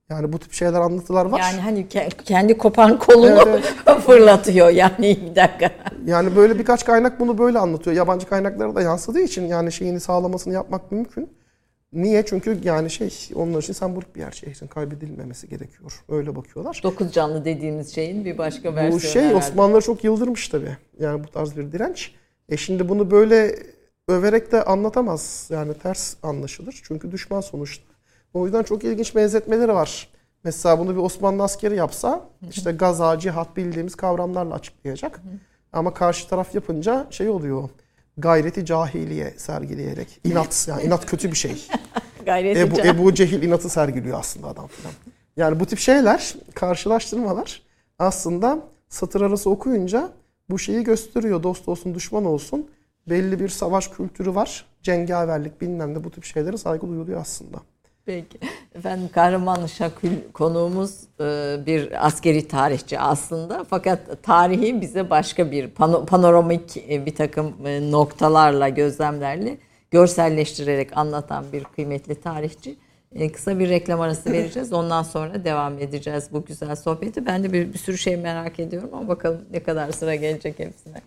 Yani bu tip şeyler anlatılar var. Yani hani ke- kendi kopan kolunu Evet, fırlatıyor yani bir dakika. Yani böyle birkaç kaynak bunu böyle anlatıyor. Yabancı kaynaklara da yansıdığı için yani şeyini sağlamasını yapmak mümkün. Niye? Çünkü yani şey onlar için sembolik bir gerçeksin. Kaybedilmemesi gerekiyor. Öyle bakıyorlar. Dokuz canlı dediğimiz şeyin bir başka versiyonu Bu şey herhalde. Osmanlıları çok yıldırmış tabii. Yani bu tarz bir direnç. E şimdi bunu böyle överek de anlatamaz. Yani ters anlaşılır. Çünkü düşman sonuçta. O yüzden çok ilginç benzetmeleri var. Mesela bunu bir Osmanlı askeri yapsa işte gaza, cihat bildiğimiz kavramlarla açıklayacak. Ama karşı taraf yapınca şey oluyor. Gayreti cahiliye sergileyerek. İnat yani inat kötü bir şey. Gayreti Ebu, can. Ebu Cehil inatı sergiliyor aslında adam falan. Yani bu tip şeyler, karşılaştırmalar aslında satır arası okuyunca bu şeyi gösteriyor. Dost olsun, düşman olsun. Belli bir savaş kültürü var. Cengaverlik bilmem ne bu tip şeylere saygı duyuluyor aslında. Peki. Efendim Kahramanşakül konuğumuz bir askeri tarihçi aslında. Fakat tarihi bize başka bir pano- panoramik bir takım noktalarla, gözlemlerle görselleştirerek anlatan bir kıymetli tarihçi. Kısa bir reklam arası vereceğiz. Ondan sonra devam edeceğiz bu güzel sohbeti. Ben de bir, bir sürü şey merak ediyorum ama bakalım ne kadar sıra gelecek hepsine.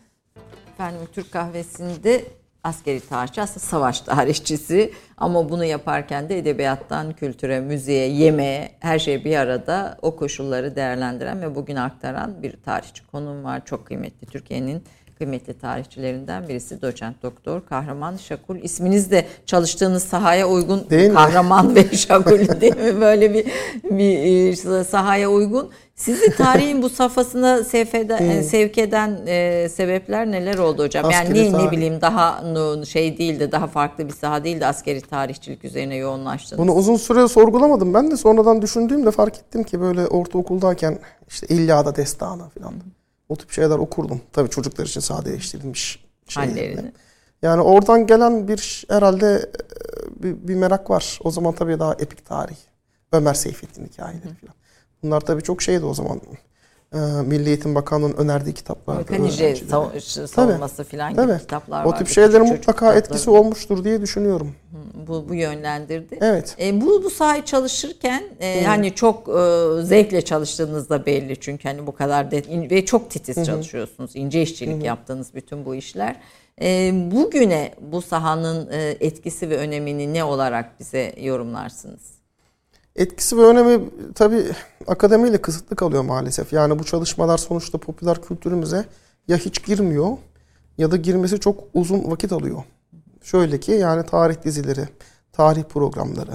Efendim Türk kahvesinde askeri tarihçi, aslında savaş tarihçisi ama bunu yaparken de edebiyattan kültüre, müziğe, yemeğe her şey bir arada o koşulları değerlendiren ve bugün aktaran bir tarihçi konuğum var. Çok kıymetli, Türkiye'nin kıymetli tarihçilerinden birisi doçent doktor Kahraman Şakul. İsminiz de çalıştığınız sahaya uygun, değil Kahraman ve Şakul değil mi? Böyle bir, bir sahaya uygun. Sizi tarihin bu safhasına sevk eden, sevk eden e, sebepler neler oldu hocam? Askeri yani niye tarih. ne bileyim daha şey değildi, daha farklı bir saha değildi, askeri tarihçilik üzerine yoğunlaştınız. Bunu uzun süre sorgulamadım. Ben de sonradan düşündüğümde fark ettim ki böyle ortaokuldayken işte İlyada Destanı falan o tip şeyler okurdum. Tabii çocuklar için sadeleştirilmiş şeylerle. Hallerini. Yani oradan gelen bir herhalde bir, bir merak var. O zaman tabii daha epik tarih. Ömer Seyfettin hikayeleri falan. Bunlar tabii çok şeydi o zaman. Ee, Milli Eğitim Bakanlığı'nın önerdiği kitaplardı. Kanice savunması falan gibi tabii. kitaplar o vardı. O tip şeylerin Küçük mutlaka kitapları. etkisi olmuştur diye düşünüyorum. Bu, bu yönlendirdi. Evet. E, bu bu sahayı çalışırken e, hani çok e, zevkle çalıştığınız da belli çünkü hani bu kadar de, in, ve çok titiz Hı-hı. çalışıyorsunuz. İnce işçilik Hı-hı. yaptığınız bütün bu işler. E, bugüne bu sahanın e, etkisi ve önemini ne olarak bize yorumlarsınız? Etkisi ve önemi tabii akademiyle kısıtlı kalıyor maalesef. Yani bu çalışmalar sonuçta popüler kültürümüze ya hiç girmiyor ya da girmesi çok uzun vakit alıyor. Şöyle ki yani tarih dizileri, tarih programları,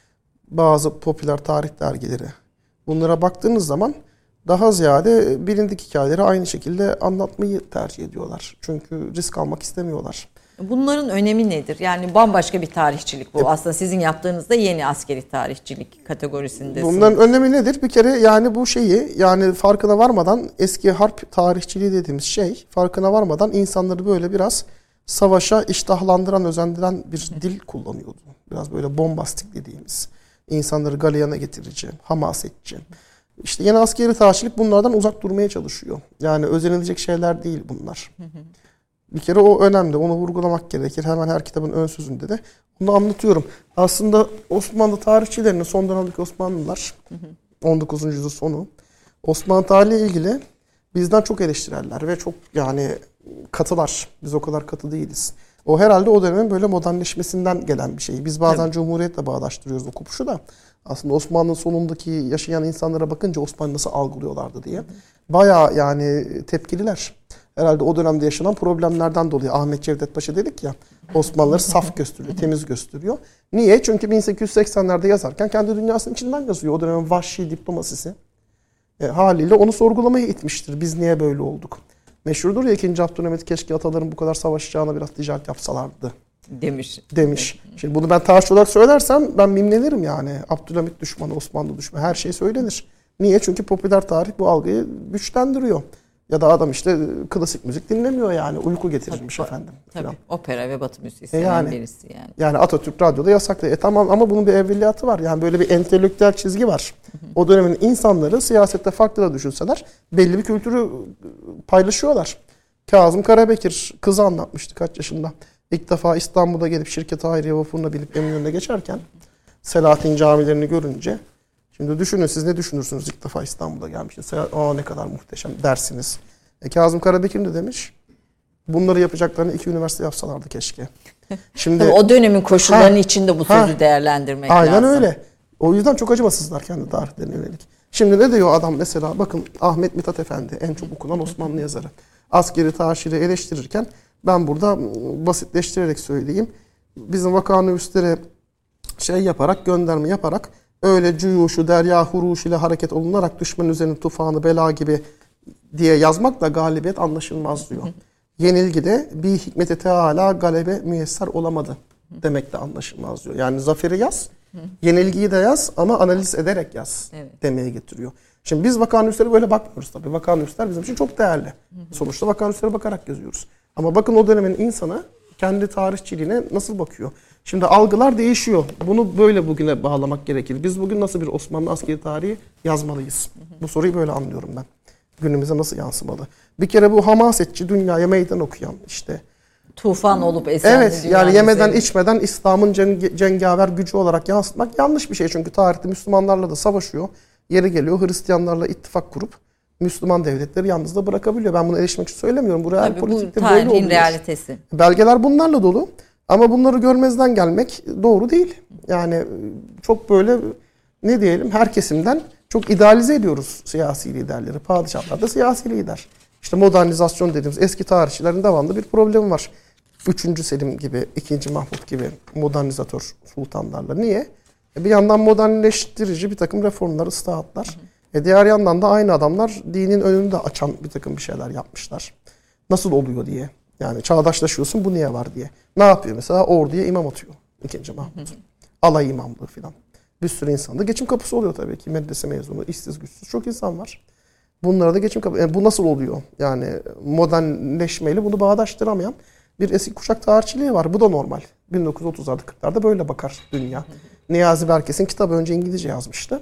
bazı popüler tarih dergileri bunlara baktığınız zaman daha ziyade bilindik hikayeleri aynı şekilde anlatmayı tercih ediyorlar. Çünkü risk almak istemiyorlar. Bunların önemi nedir? Yani bambaşka bir tarihçilik bu. E, Aslında sizin yaptığınızda yeni askeri tarihçilik kategorisindesiniz. Bunların önemi nedir? Bir kere yani bu şeyi yani farkına varmadan eski harp tarihçiliği dediğimiz şey farkına varmadan insanları böyle biraz savaşa iştahlandıran, özendiren bir dil kullanıyordu. Biraz böyle bombastik dediğimiz. İnsanları galeyana getirici, hamasetçi. İşte yeni askeri tarihçilik bunlardan uzak durmaya çalışıyor. Yani özenilecek şeyler değil bunlar. Hı hı. Bir kere o önemli. Onu vurgulamak gerekir. Hemen her kitabın ön sözünde de onu anlatıyorum. Aslında Osmanlı tarihçilerinin son dönemdeki Osmanlılar, hı hı. on dokuzuncu yüzyıl sonu Osmanlı tarihiyle ilgili bizden çok eleştirerler ve çok yani katılar. Biz o kadar katı değiliz. O herhalde o dönemin böyle modernleşmesinden gelen bir şey. Biz bazen evet. Cumhuriyetle bağdaştırıyoruz o kopuşu da. Aslında Osmanlı'nın sonundaki yaşayan insanlara bakınca Osmanlı nasıl algılıyorlardı diye. Bayağı yani tepkililer. Herhalde o dönemde yaşanan problemlerden dolayı Ahmet Cevdet Paşa dedik ya Osmanlıları saf gösteriyor, temiz gösteriyor. Niye? Çünkü bin sekiz yüz seksenlerde yazarken kendi dünyasının içinden yazıyor. O dönemin vahşi diplomasisi e, haliyle onu sorgulamaya itmiştir. Biz niye böyle olduk? Meşhurdur ya ikinci. Abdülhamit keşke ataların bu kadar savaşacağına biraz ticaret yapsalardı. Demiş. Demiş. Şimdi bunu ben tarihçi olarak söylersem ben mimlenirim yani. Abdülhamit düşmanı, Osmanlı düşmanı her şey söylenir. Niye? Çünkü popüler tarih bu algıyı güçlendiriyor. Ya da adam işte klasik müzik dinlemiyor yani. Uyku getirirmiş tabii, efendim. Tabii. Falan. Opera ve Batı müziği e yani, birisi yani. Yani Atatürk radyoda yasaktı. E tamam ama bunun bir evveliyatı var. Yani böyle bir entelektüel çizgi var. Hı hı. O dönemin insanları siyasette farklı da düşünseler belli bir kültürü paylaşıyorlar. Kazım Karabekir kızı anlatmıştı kaç yaşında. İlk defa İstanbul'da gelip şirket Hayriye vapuruna binip Eminönü'ne geçerken Selahattin camilerini görünce Şimdi düşünün, siz ne düşünürsünüz ilk defa İstanbul'a gelmişsiniz. Aa ne kadar muhteşem dersiniz. E, Kazım Karabekir de demiş. Bunları yapacaklarını iki üniversite yapsalardı keşke. Şimdi o dönemin koşullarının ha, içinde bu ha, sözü değerlendirmek aynen lazım. Aynen öyle. O yüzden çok acımasızlar kendi tarihlerine yönelik. Şimdi ne diyor adam mesela? Bakın Ahmet Mithat Efendi, en çok okunan Osmanlı yazarı. Askeri taşiri eleştirirken ben burada basitleştirerek söyleyeyim. Bizim vakanüvislere şey yaparak, gönderme yaparak öyle cüyuşu, derya huruş ile hareket olunarak düşman üzerine tufanı, bela gibi diye yazmakla galibiyet anlaşılmaz diyor. Yenilgide bir hikmeti teala galebe müyesser olamadı demekle anlaşılmaz diyor. Yani zaferi yaz, yenilgiyi de yaz ama analiz ederek yaz evet. demeye getiriyor. Şimdi biz vakanüvislere böyle bakmıyoruz tabii. Vakanüvisler bizim için çok değerli. Sonuçta vakanüvislere bakarak yazıyoruz. Ama bakın o dönemin insanı kendi tarihçiliğine nasıl bakıyor? Şimdi algılar değişiyor. Bunu böyle bugüne bağlamak gerekir. Biz bugün nasıl bir Osmanlı askeri tarihi yazmalıyız? Bu soruyu böyle anlıyorum ben. Günümüze nasıl yansımalı? Bir kere bu hamasetçi, dünyaya meydan okuyan işte. Tufan olup esen. Evet, yani yemeden üzerine. içmeden İslam'ın cengaver gücü olarak yansıtmak yanlış bir şey. Çünkü tarihte Müslümanlarla da savaşıyor. Yeri geliyor Hristiyanlarla ittifak kurup Müslüman devletleri yalnız da bırakabiliyor. Ben bunu eleştirmek için söylemiyorum. Bu real politikte bu böyle oluyor. realitesi. Belgeler bunlarla dolu. Ama bunları görmezden gelmek doğru değil. Yani çok böyle ne diyelim her kesimden çok idealize ediyoruz siyasi liderleri. Padişahlar da siyasi lider. İşte modernizasyon dediğimiz eski tarihçilerin devamlı bir problemi var. Üçüncü Selim gibi, ikinci Mahmut gibi modernizatör sultanlarla. Niye? Bir yandan modernleştirici bir takım reformlar, ıslahatlar. E diğer yandan da aynı adamlar dinin önünü de açan bir takım bir şeyler yapmışlar. Nasıl oluyor diye. Yani çağdaşlaşıyorsun, bu niye var diye. Ne yapıyor mesela? Orduya imam atıyor ikinci Mahmut. Alay imamlığı filan. Bir sürü insan da geçim kapısı oluyor tabii ki. Medrese mezunu, işsiz güçsüz çok insan var. Bunlara da geçim kapısı. Yani bu nasıl oluyor? Yani modernleşmeyle bunu bağdaştıramayan bir eski kuşak tarihçiliği var. Bu da normal. bin dokuz yüz otuzlarda kırklarda böyle bakar dünya. Niyazi Berkes'in kitabı önce İngilizce yazmıştı.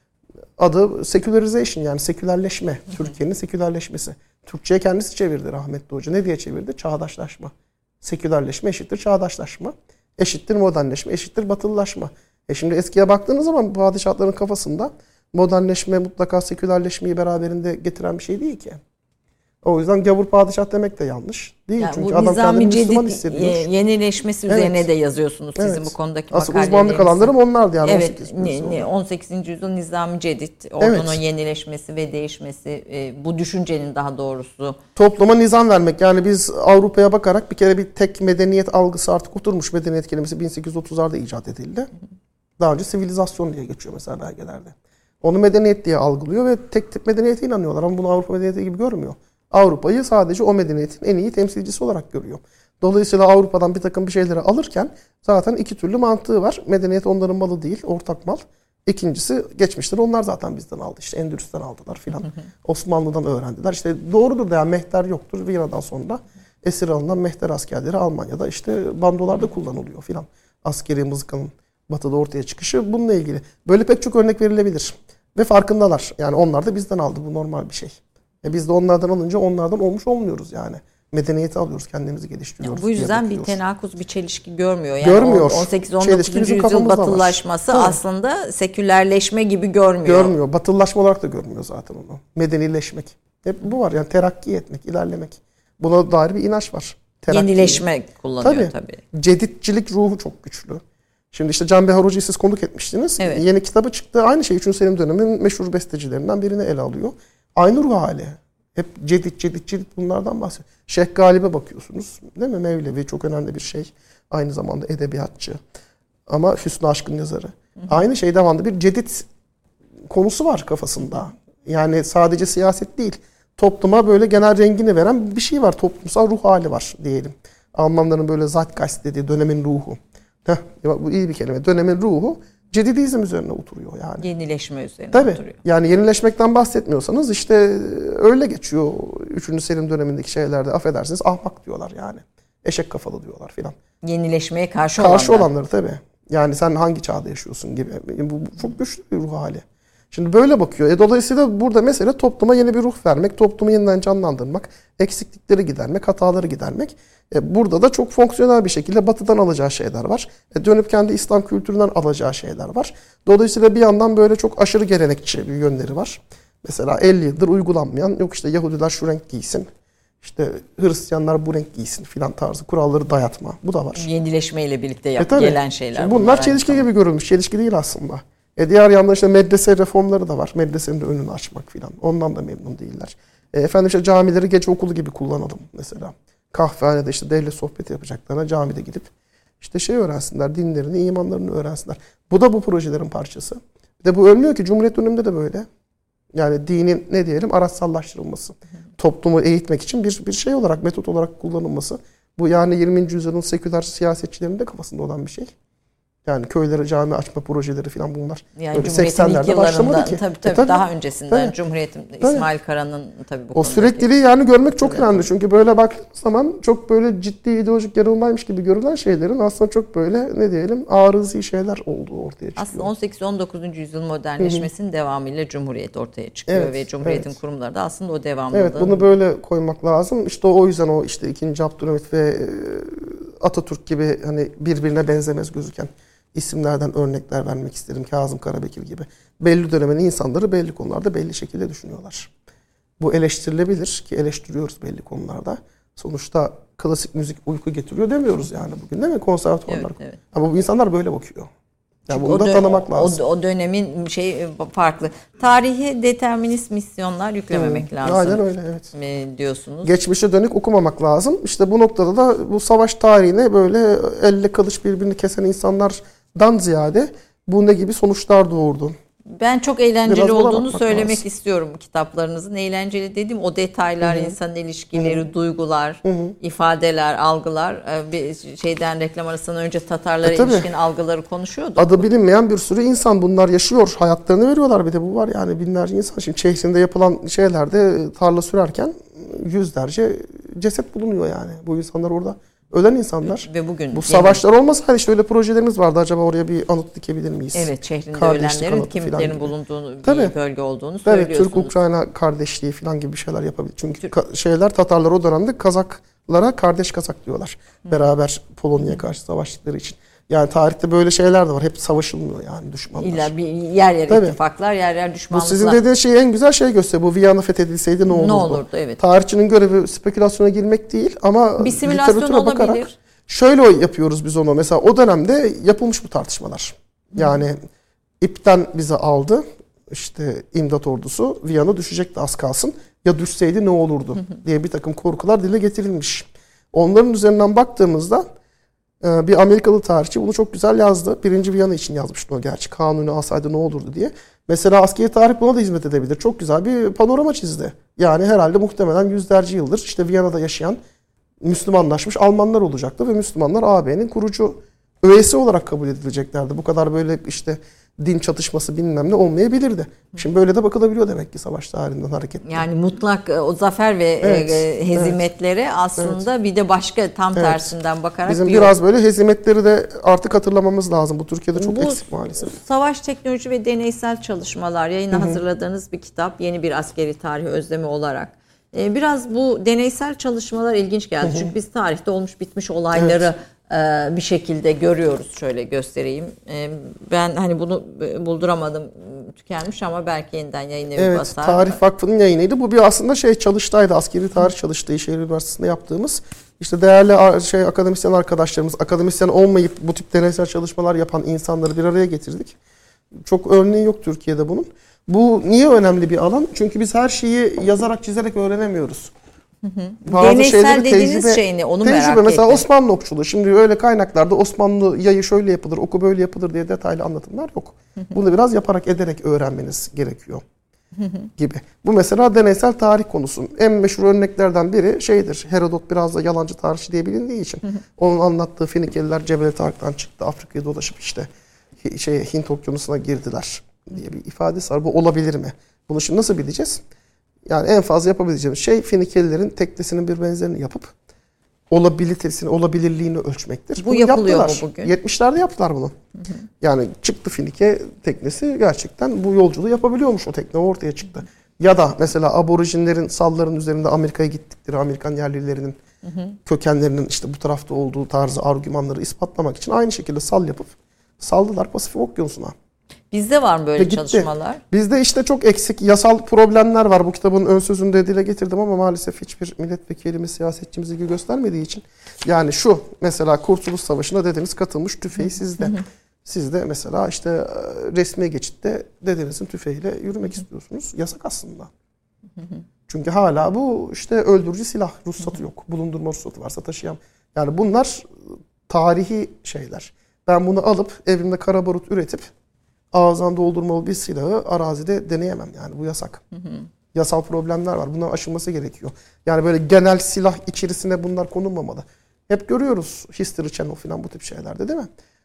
Adı Secularization, yani sekülerleşme. Türkiye'nin sekülerleşmesi. Türkçe'ye kendisi çevirdi rahmetli hoca. Ne diye çevirdi? Çağdaşlaşma. Sekülerleşme eşittir çağdaşlaşma. Eşittir modernleşme, eşittir batılılaşma. E şimdi eskiye baktığınız zaman padişahların kafasında modernleşme mutlaka sekülerleşmeyi beraberinde getiren bir şey değil ki. O yüzden gavur padişah demek de yanlış değil. Yani çünkü adam kendini Müslüman hissediyor. Yenileşmesi evet. üzerine de yazıyorsunuz sizin evet. bu konudaki asıl uzmanlık alanlarım onlardı yani. Evet, on sekizinci yüzyıl Nizami Cedid, ordunun evet. yenileşmesi ve değişmesi, bu düşüncenin daha doğrusu. Topluma nizam vermek, yani biz Avrupa'ya bakarak bir kere bir tek medeniyet algısı artık oturmuş. Medeniyet kelimesi bin sekiz yüz otuzlarda icat edildi. Daha önce sivilizasyon diye geçiyor mesela belgelerde. Onu medeniyet diye algılıyor ve tek tek medeniyete inanıyorlar ama bunu Avrupa medeniyeti gibi görmüyor. Avrupa'yı sadece o medeniyetin en iyi temsilcisi olarak görüyor. Dolayısıyla Avrupa'dan bir takım bir şeyleri alırken zaten iki türlü mantığı var. Medeniyet onların malı değil, ortak mal. İkincisi geçmişleri onlar zaten bizden aldı. İşte Endülüs'ten aldılar filan. Osmanlı'dan öğrendiler. İşte doğrudur da yani mehter yoktur. Viyana'dan sonra esir alınan mehter askerleri Almanya'da işte bandolarda kullanılıyor filan. Askeri mızıkanın batıda ortaya çıkışı bununla ilgili. Böyle pek çok örnek verilebilir. Ve farkındalar. Yani onlar da bizden aldı. Bu normal bir şey. E biz de onlardan alınca onlardan olmuş olmuyoruz yani. Medeniyeti alıyoruz, kendimizi geliştiriyoruz. Ya bu yüzden bir tenakuz, bir çelişki görmüyor. Yani görmüyor. on sekiz on dokuzuncu yüzyıl batılılaşması var. Aslında sekülerleşme gibi görmüyor. Görmüyor. Batılılaşma olarak da görmüyor zaten onu. Medenileşmek. Hep bu var yani, terakki etmek, ilerlemek. Buna dair bir inanç var. Terakki. Yenileşme kullanıyor tabii. tabii. Ceditçilik ruhu çok güçlü. Şimdi işte Can Behar Hoca'yı siz konuk etmiştiniz. Evet. Yeni kitabı çıktı. Aynı şey üçüncü Selim döneminin meşhur bestecilerinden birini ele alıyor. Aynı ruh hali. Hep cedid, cedid, cedid bunlardan bahsediyor. Şeyh Galip'e bakıyorsunuz. Değil mi? Mevlevi çok önemli bir şey. Aynı zamanda edebiyatçı. Ama Hüsnü Aşk'ın yazarı. Hı hı. Aynı şey devamlı bir cedid konusu var kafasında. Yani sadece siyaset değil. Topluma böyle genel rengini veren bir şey var. Toplumsal ruh hali var diyelim. Almanların böyle Zeitgeist dediği dönemin ruhu. Heh, bu iyi bir kelime. Dönemin ruhu cedidizm üzerine oturuyor yani. Yenileşme üzerine Tabii, oturuyor. Yani yenileşmekten bahsetmiyorsanız işte öyle geçiyor. üçüncü Selim dönemindeki şeylerde affedersiniz ahmak diyorlar yani. Eşek kafalı diyorlar filan. Yenileşmeye karşı, karşı olanlar. olanları tabii. Yani sen hangi çağda yaşıyorsun gibi. Bu çok güçlü bir ruh hali. Şimdi böyle bakıyor. E dolayısıyla burada mesele topluma yeni bir ruh vermek, toplumu yeniden canlandırmak, eksiklikleri gidermek, hataları gidermek. E burada da çok fonksiyonel bir şekilde Batı'dan alacağı şeyler var. E dönüp kendi İslam kültüründen alacağı şeyler var. Dolayısıyla bir yandan böyle çok aşırı gelenekçi bir yönleri var. Mesela elli yıldır uygulanmayan, yok işte Yahudiler şu renk giysin, işte Hristiyanlar bu renk giysin filan tarzı kuralları dayatma. Bu da var. Yenileşmeyle birlikte yap, e gelen şeyler. Şimdi bunlar, bunlar çelişki gibi görülmüş. Çelişki değil aslında. E diğer yandan işte medrese reformları da var. Medresenin de önünü açmak filan. Ondan da memnun değiller. E efendim işte camileri gece okulu gibi kullanalım mesela. Kahvehanede işte devlet sohbeti yapacaklarına camide gidip işte şey öğrensinler, dinlerini, imanlarını öğrensinler. Bu da bu projelerin parçası. Bir de bu ölmüyor ki. Cumhuriyet döneminde de böyle. Yani dinin ne diyelim araçsallaştırılması. Toplumu eğitmek için bir bir şey olarak, metot olarak kullanılması. Bu yani yirminci yüzyılın seküler siyasetçilerinin de kafasında olan bir şey. Yani köylere cami açma projeleri falan bunlar. Yani böyle Cumhuriyet'in ilk yıllarında tabii, tabii, e, tabii daha öncesinden tabii. Cumhuriyet'in Tabii. İsmail Kara'nın tabii bu o sürekliliği yani görmek çok evet. önemli. Çünkü böyle baktığın zaman çok böyle ciddi ideolojik yarılmaymış gibi görülen şeylerin aslında çok böyle ne diyelim arızi şeyler olduğu ortaya çıkıyor. Aslında on sekiz on dokuzuncu yüzyıl modernleşmesinin Hı-hı. devamıyla Cumhuriyet ortaya çıkıyor evet, ve Cumhuriyet'in evet. kurumları da aslında o devamlılığın. Evet, bunu böyle koymak lazım. İşte o yüzden o işte ikinci Abdülhamit ve Atatürk gibi hani birbirine benzemez gözüken isimlerden örnekler vermek isterim. Kazım Karabekir gibi. Belli dönemin insanları belli konularda belli şekilde düşünüyorlar. Bu eleştirilebilir ki eleştiriyoruz belli konularda. Sonuçta klasik müzik uyku getiriyor demiyoruz yani bugün değil mi? Konservatuvarlar. Evet, evet. Ama bu insanlar böyle bakıyor. Yani bunu da dön- tanımak lazım. O, o dönemin şey farklı. Tarihe determinist misyonlar yüklememek hmm. lazım. Aynen öyle evet. Mi diyorsunuz? Geçmişe dönük okumamak lazım. İşte bu noktada da bu savaş tarihine böyle elle kılıç birbirini kesen insanlardan ziyade bu ne gibi sonuçlar doğurdu. Ben çok eğlenceli Biraz olduğunu söylemek lazım. istiyorum kitaplarınızın. Eğlenceli dediğim o detaylar, Hı-hı. insan ilişkileri, Hı-hı. duygular, Hı-hı. ifadeler, algılar. Bir şeyden reklam arasından önce Tatarlara e, ilişkin algıları konuşuyorduk. Adı bilinmeyen bir sürü insan bunlar yaşıyor. Hayatlarını veriyorlar bir de bu var yani binlerce insan. Şimdi Çeşme'de yapılan şeylerde tarla sürerken yüzlerce ceset bulunuyor yani. Bu insanlar orada ölen insanlar. Ve bugün bu savaşlar olmasaydı işte öyle projelerimiz vardı. Acaba oraya bir anıt dikebilir miyiz? Evet, şehrinde ölenlerin kimliklerinin bulunduğunu, Tabii. bir bölge olduğunu söylüyorsunuz. Evet, Türk-Ukrayna kardeşliği falan gibi bir şeyler yapabilir. Çünkü ka- şeyler Tatarlar o dönemde Kazaklara kardeş Kazak diyorlar. Hı. Beraber Polonya'ya karşı savaştıkları için. Yani tarihte böyle şeyler de var. Hep savaşılmıyor yani düşmanlar. İlla bir yer yer Tabii. ittifaklar, yer yer düşmanlıklar. Bu sizin dediğiniz şey en güzel şey gösteriyor. Bu Viyana fethedilseydi ne olurdu? Ne olurdu evet. Tarihçinin görevi spekülasyona girmek değil ama bir simülasyon olabilir. Bakarak şöyle yapıyoruz biz onu. Mesela o dönemde yapılmış bu tartışmalar. Yani Hı. ipten bizi aldı. İşte imdat ordusu. Viyana düşecekti az kalsın. Ya düşseydi ne olurdu diye bir takım korkular dile getirilmiş. Onların üzerinden baktığımızda bir Amerikalı tarihçi bunu çok güzel yazdı. Birinci Viyana için yazmıştı o gerçi. Kanuni alsaydı ne olurdu diye. Mesela askeri tarih buna da hizmet edebilir. Çok güzel bir panorama çizdi. Yani herhalde muhtemelen yüzlerce yıldır işte Viyana'da yaşayan Müslümanlaşmış Almanlar olacaktı ve Müslümanlar A B'nin kurucu üyesi olarak kabul edileceklerdi. Bu kadar böyle işte din çatışması bilmem ne olmayabilirdi. Şimdi böyle de bakılabiliyor demek ki savaş tarihinden hareketle. Yani mutlak o zafer ve evet, e, hezimetlere evet, aslında evet. bir de başka tam evet. tersinden bakarak. Bizim bir biraz böyle hezimetleri de artık hatırlamamız lazım. Bu Türkiye'de çok Bu, eksik maalesef. Savaş teknoloji ve deneysel çalışmalar yayına Hı-hı. hazırladığınız bir kitap. Yeni bir askeri tarih özlemi olarak. Ee, biraz bu deneysel çalışmalar ilginç geldi. Hı-hı. Çünkü biz tarihte olmuş bitmiş olayları evet. bir şekilde görüyoruz. Şöyle göstereyim. Ben hani bunu bulduramadım, tükenmiş ama belki yeniden yayın evi evet, basar. Evet, Tarih Vakfı'nın yayınıydı. Bu bir aslında şey çalıştaydı, askeri tarih çalıştayı şehir üniversitesinde yaptığımız. İşte değerli şey akademisyen arkadaşlarımız, akademisyen olmayıp bu tip deneysel çalışmalar yapan insanları bir araya getirdik. Çok örneği yok Türkiye'de bunun. Bu niye önemli bir alan? Çünkü biz her şeyi yazarak, çizerek öğrenemiyoruz. Hı hı. Deneysel dediğiniz tecrübe, şey ne? Onu tecrübe, merak ettim. Mesela Osmanlı okçuluğu. Şimdi öyle kaynaklarda Osmanlı yayı şöyle yapılır, oku böyle yapılır diye detaylı anlatımlar yok. Hı hı. Bunu biraz yaparak, ederek öğrenmeniz gerekiyor hı hı. gibi. Bu mesela deneysel tarih konusu. En meşhur örneklerden biri şeydir. Herodot biraz da yalancı tarihçi diye bilindiği için. Hı hı. Onun anlattığı Fenikeliler Cebel Tarık'tan çıktı. Afrika'ya dolaşıp işte şey, Hint okyanusuna girdiler diye bir ifadesi var. Bu olabilir mi? Bunu şimdi nasıl bileceğiz? Yani en fazla yapabileceğimiz şey Fenikelilerin teknesinin bir benzerini yapıp olabilitesini, olabilirliğini ölçmektir. Bu Bunu yapılıyor yaptılar. mu bugün? yetmişlerde yaptılar bunu. Hı hı. Yani çıktı Finike teknesi gerçekten bu yolculuğu yapabiliyormuş, o tekne ortaya çıktı. Ya da mesela aborjinlerin salların üzerinde Amerika'ya gittikleri, Amerikan yerlilerinin hı hı. kökenlerinin işte bu tarafta olduğu tarzı argümanları ispatlamak için aynı şekilde sal yapıp saldılar Pasifik Okyanusu'na. Bizde var mı böyle çalışmalar? Bizde işte çok eksik yasal problemler var. Bu kitabın ön sözünde dile getirdim ama maalesef hiçbir milletvekilimiz, siyasetçimiz ilgi göstermediği için. Yani şu mesela Kurtuluş Savaşı'na dedeniz katılmış, tüfeği sizde. Siz de mesela işte resmi geçitte dedenizin tüfeğiyle yürümek istiyorsunuz. Yasak aslında. Çünkü hala bu işte öldürücü silah, ruhsatı yok. Bulundurma ruhsatı varsa taşıyan. Yani bunlar tarihi şeyler. Ben bunu alıp evimde kara barut üretip ağızdan doldurmalı bir silahı arazide deneyemem. Yani bu yasak. Hı hı. Yasal problemler var. Bunların aşılması gerekiyor. Yani böyle genel silah içerisine bunlar konulmamalı. Hep görüyoruz History Channel falan bu tip şeylerde değil mi?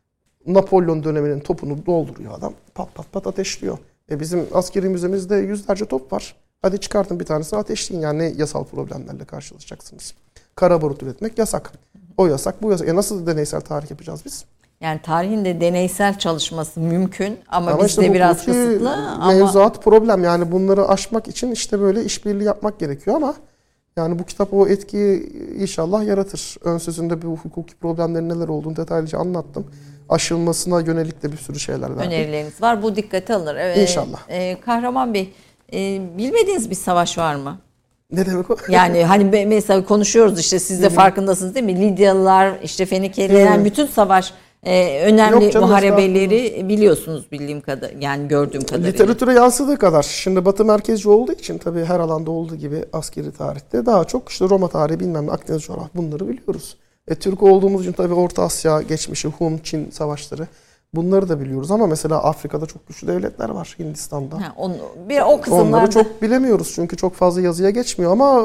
Napolyon döneminin topunu dolduruyor adam. Pat pat pat ateşliyor. E bizim askeri müzemizde yüzlerce top var. Hadi çıkartın bir tanesini ateşleyin. Yani ne yasal problemlerle karşılaşacaksınız? Kara barut üretmek yasak. O yasak, bu yasak. E nasıl deneysel tarih yapacağız biz? Yani tarihin de deneysel çalışması mümkün ama, ama bizde işte biraz kısıtlı. Ama mevzuat problem. Yani bunları aşmak için işte böyle işbirliği yapmak gerekiyor ama yani bu kitap o etkiyi inşallah yaratır. Ön sözünde bu hukuki problemlerin neler olduğunu detaylıca anlattım. Aşılmasına yönelik de bir sürü şeyler verdim. Önerileriniz var. Bu dikkate alınır. Evet. İnşallah. Ee, Kahraman Bey, e, bilmediğiniz bir savaş var mı? Ne demek o? Yani hani mesela konuşuyoruz işte siz de farkındasınız değil mi? Lidyalılar, işte Fenikeliler, bütün savaş e, önemli canım, muharebeleri biliyorsunuz bildiğim kadar, yani gördüğüm kadarıyla. Literatüre yansıdığı kadar. Şimdi Batı merkezci olduğu için tabii her alanda olduğu gibi askeri tarihte daha çok işte Roma tarihi bilmem ne Akdeniz coğrafya bunları biliyoruz. E, Türk olduğumuz için tabii Orta Asya geçmişi, Hun, Çin savaşları bunları da biliyoruz ama mesela Afrika'da çok güçlü devletler var, Hindistan'da. Ha, onu, bir o kısımlarda onları çok bilemiyoruz çünkü çok fazla yazıya geçmiyor ama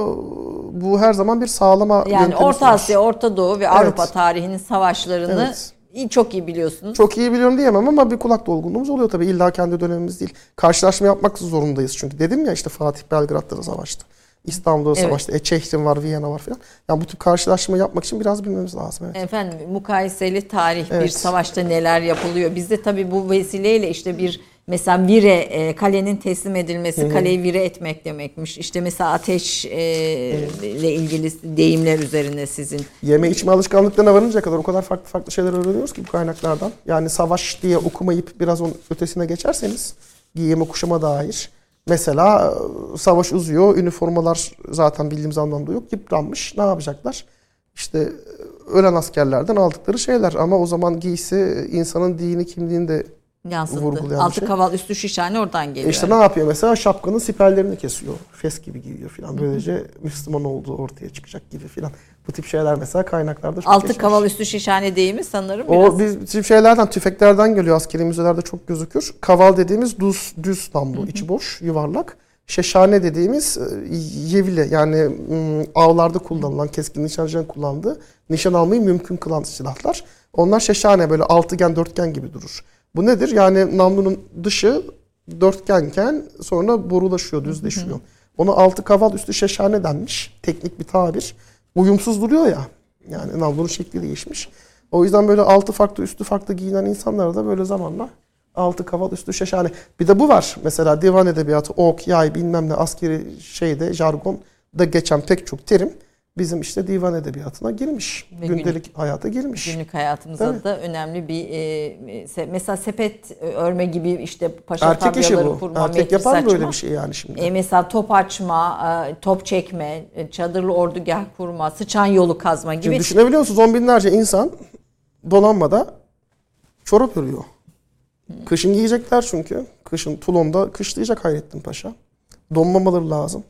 bu her zaman bir sağlama yani Orta var. Asya, Orta Doğu ve evet. Avrupa tarihinin savaşlarını evet. çok iyi biliyorsunuz. Çok iyi biliyorum diyemem ama bir kulak dolgunluğumuz oluyor tabii. İlla kendi dönemimiz değil. Karşılaşma yapmak zorundayız çünkü. Dedim ya işte Fatih Belgrad'da da savaştı. İstanbul'da evet. savaşta, e, Çehrin var, Viyana var falan. Yani bu tip karşılaşma yapmak için biraz bilmemiz lazım. Evet. Efendim mukayeseli tarih evet. bir savaşta neler yapılıyor. Bizde tabii bu vesileyle işte bir mesela vire, e, kalenin teslim edilmesi, Hı-hı. kaleyi vire etmek demekmiş. İşte mesela ateş e, ile ilgili deyimler üzerine sizin. Yeme içme alışkanlıklarına varıncaya kadar o kadar farklı farklı şeyler öğreniyoruz ki bu kaynaklardan. Yani savaş diye okumayıp biraz onun ötesine geçerseniz giyime kuşama dair. Mesela savaş uzuyor, üniformalar zaten bildiğimiz anlamda yok, yıpranmış. Ne yapacaklar? İşte ölen askerlerden aldıkları şeyler ama o zaman giysi insanın dini kimliğini de yansıttı. Vurgulayan Altı şey. kaval üstü şişhane oradan geliyor. E işte ne yapıyor mesela? Şapkanın siperlerini kesiyor. Fes gibi giyiyor falan. Böylece Müslüman olduğu ortaya çıkacak gibi falan. Bu tip şeyler mesela kaynaklarda çok Altı geçmiş. kaval üstü şişhane deyimi sanırım biraz. O biz tip şeylerden, tüfeklerden geliyor. Askeri müzelerde çok gözükür. Kaval dediğimiz düz, düz namlu, içi boş, yuvarlak. Şeşhane dediğimiz yevle yani avlarda kullanılan, keskin nişancıların kullandığı, nişan almayı mümkün kılan silahlar. Onlar şeşhane böyle altıgen, dörtgen gibi durur. Bu nedir? Yani namlunun dışı dörtgenken sonra borulaşıyor, düzleşiyor. Hı hı. Ona altı kaval üstü şeşhane denmiş. Teknik bir tabir. Uyumsuz duruyor ya. Yani namlunun şekli değişmiş. O yüzden böyle altı farklı üstü farklı giyinen insanlar da böyle zamanla altı kaval üstü şeşhane. Bir de bu var. Mesela divan edebiyatı, ok, yay bilmem ne askeri şeyde, jargonda geçen pek çok terim bizim işte divan edebiyatına girmiş. Ve gündelik günlük, hayata girmiş. Günlük hayatımıza evet. da önemli bir e, se, mesela sepet örme gibi işte paşa erkek tabyaları kurma, erkek yapar böyle bir şey yani şimdi. E, mesela top açma, e, top çekme, e, çadırlı ordugah kurma, sıçan yolu kazma gibi. Şimdi düşünebiliyor musunuz? On binlerce insan donanmada çorap örüyor. Hmm. Kışın giyecekler çünkü. Kışın Toulon'da kışlayacak Hayrettin Paşa. Donmamaları lazım.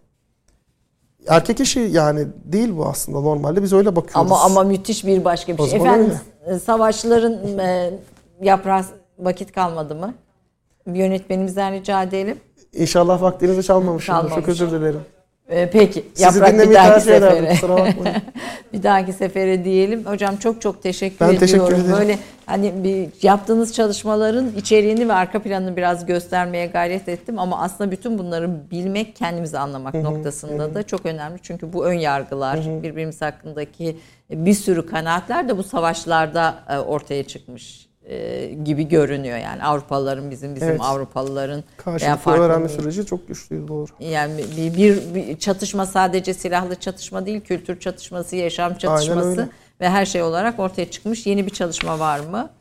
Erkek işi yani değil bu aslında normalde biz öyle bakıyoruz. Ama ama müthiş bir başka bir şey. Efendim öyle. Savaşların e, yaprağı vakit kalmadı mı? Yönetmenimizden rica edelim. İnşallah vaktinizi çalmamışım. Çok özür dilerim. Ee, peki. Sizi Yaprak bir dinlemeyi dahaki tercih ederdim, sefere. kusura bakmayın. Bir dahaki sefere diyelim. Hocam çok çok teşekkür Ben ediyorum. teşekkür ederim. Böyle hani bir yaptığınız çalışmaların içeriğini ve arka planını biraz göstermeye gayret ettim ama aslında bütün bunları bilmek, kendimizi anlamak noktasında da çok önemli. Çünkü bu ön yargılar, birbirimiz hakkındaki bir sürü kanaatler de bu savaşlarda ortaya çıkmış gibi görünüyor. Yani Avrupalıların bizim bizim Evet. Avrupalıların Karşılıklı öğrenme süreci çok güçlüydü, doğru. Yani bir, bir, bir çatışma sadece silahlı çatışma değil, kültür çatışması, yaşam çatışması ve her şey olarak ortaya çıkmış. Yeni bir çalışma var mı?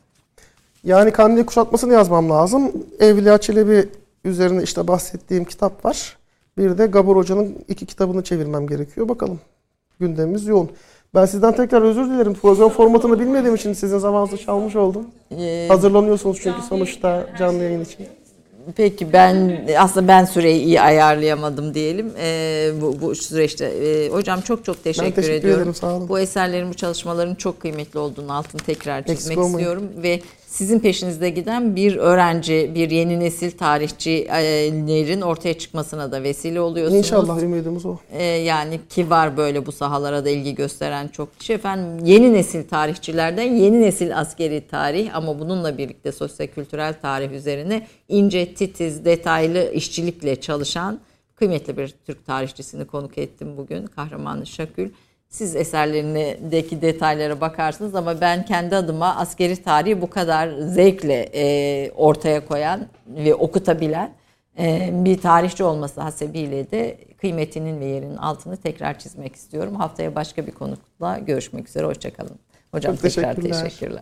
Yani Kandil Kuşatması'nı yazmam lazım. Evliya Çelebi üzerine işte bahsettiğim kitap var. Bir de Gabor Hoca'nın iki kitabını çevirmem gerekiyor. Bakalım. Gündemimiz yoğun. Ben sizden tekrar özür dilerim. Program formatını bilmediğim için sizin zamanınızı çalmış oldum. Ee, Hazırlanıyorsunuz çünkü sonuçta canlı yayın için. Peki ben aslında ben süreyi iyi ayarlayamadım diyelim ee, bu, bu süreçte. Ee, hocam çok çok teşekkür, ben teşekkür ediyorum. ederim, sağ olun. Bu eserlerin, bu çalışmaların çok kıymetli olduğunu altını tekrar çizmek Eksik olmayın. istiyorum ve sizin peşinizde giden bir öğrenci, bir yeni nesil tarihçilerin ortaya çıkmasına da vesile oluyorsunuz. İnşallah, ümidimiz o. Ee, yani ki var böyle bu sahalara da ilgi gösteren çok kişi. Efendim yeni nesil tarihçilerden yeni nesil askeri tarih ama bununla birlikte sosyo-kültürel tarih üzerine ince, titiz, detaylı işçilikle çalışan kıymetli bir Türk tarihçisini konuk ettim bugün. Kahraman Şakül. Siz eserlerindeki detaylara bakarsınız ama ben kendi adıma askeri tarihi bu kadar zevkle e, ortaya koyan ve okutabilen e, bir tarihçi olması hasebiyle de kıymetinin ve yerinin altını tekrar çizmek istiyorum. Haftaya başka bir konukla görüşmek üzere. Hoşçakalın. Hocam Çok tekrar teşekkürler. teşekkürler.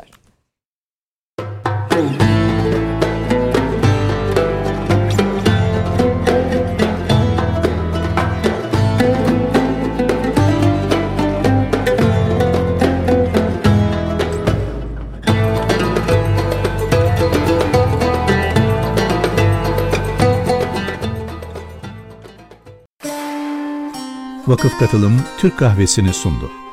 Vakıf Katılım Türk Kahvesi'ni sundu.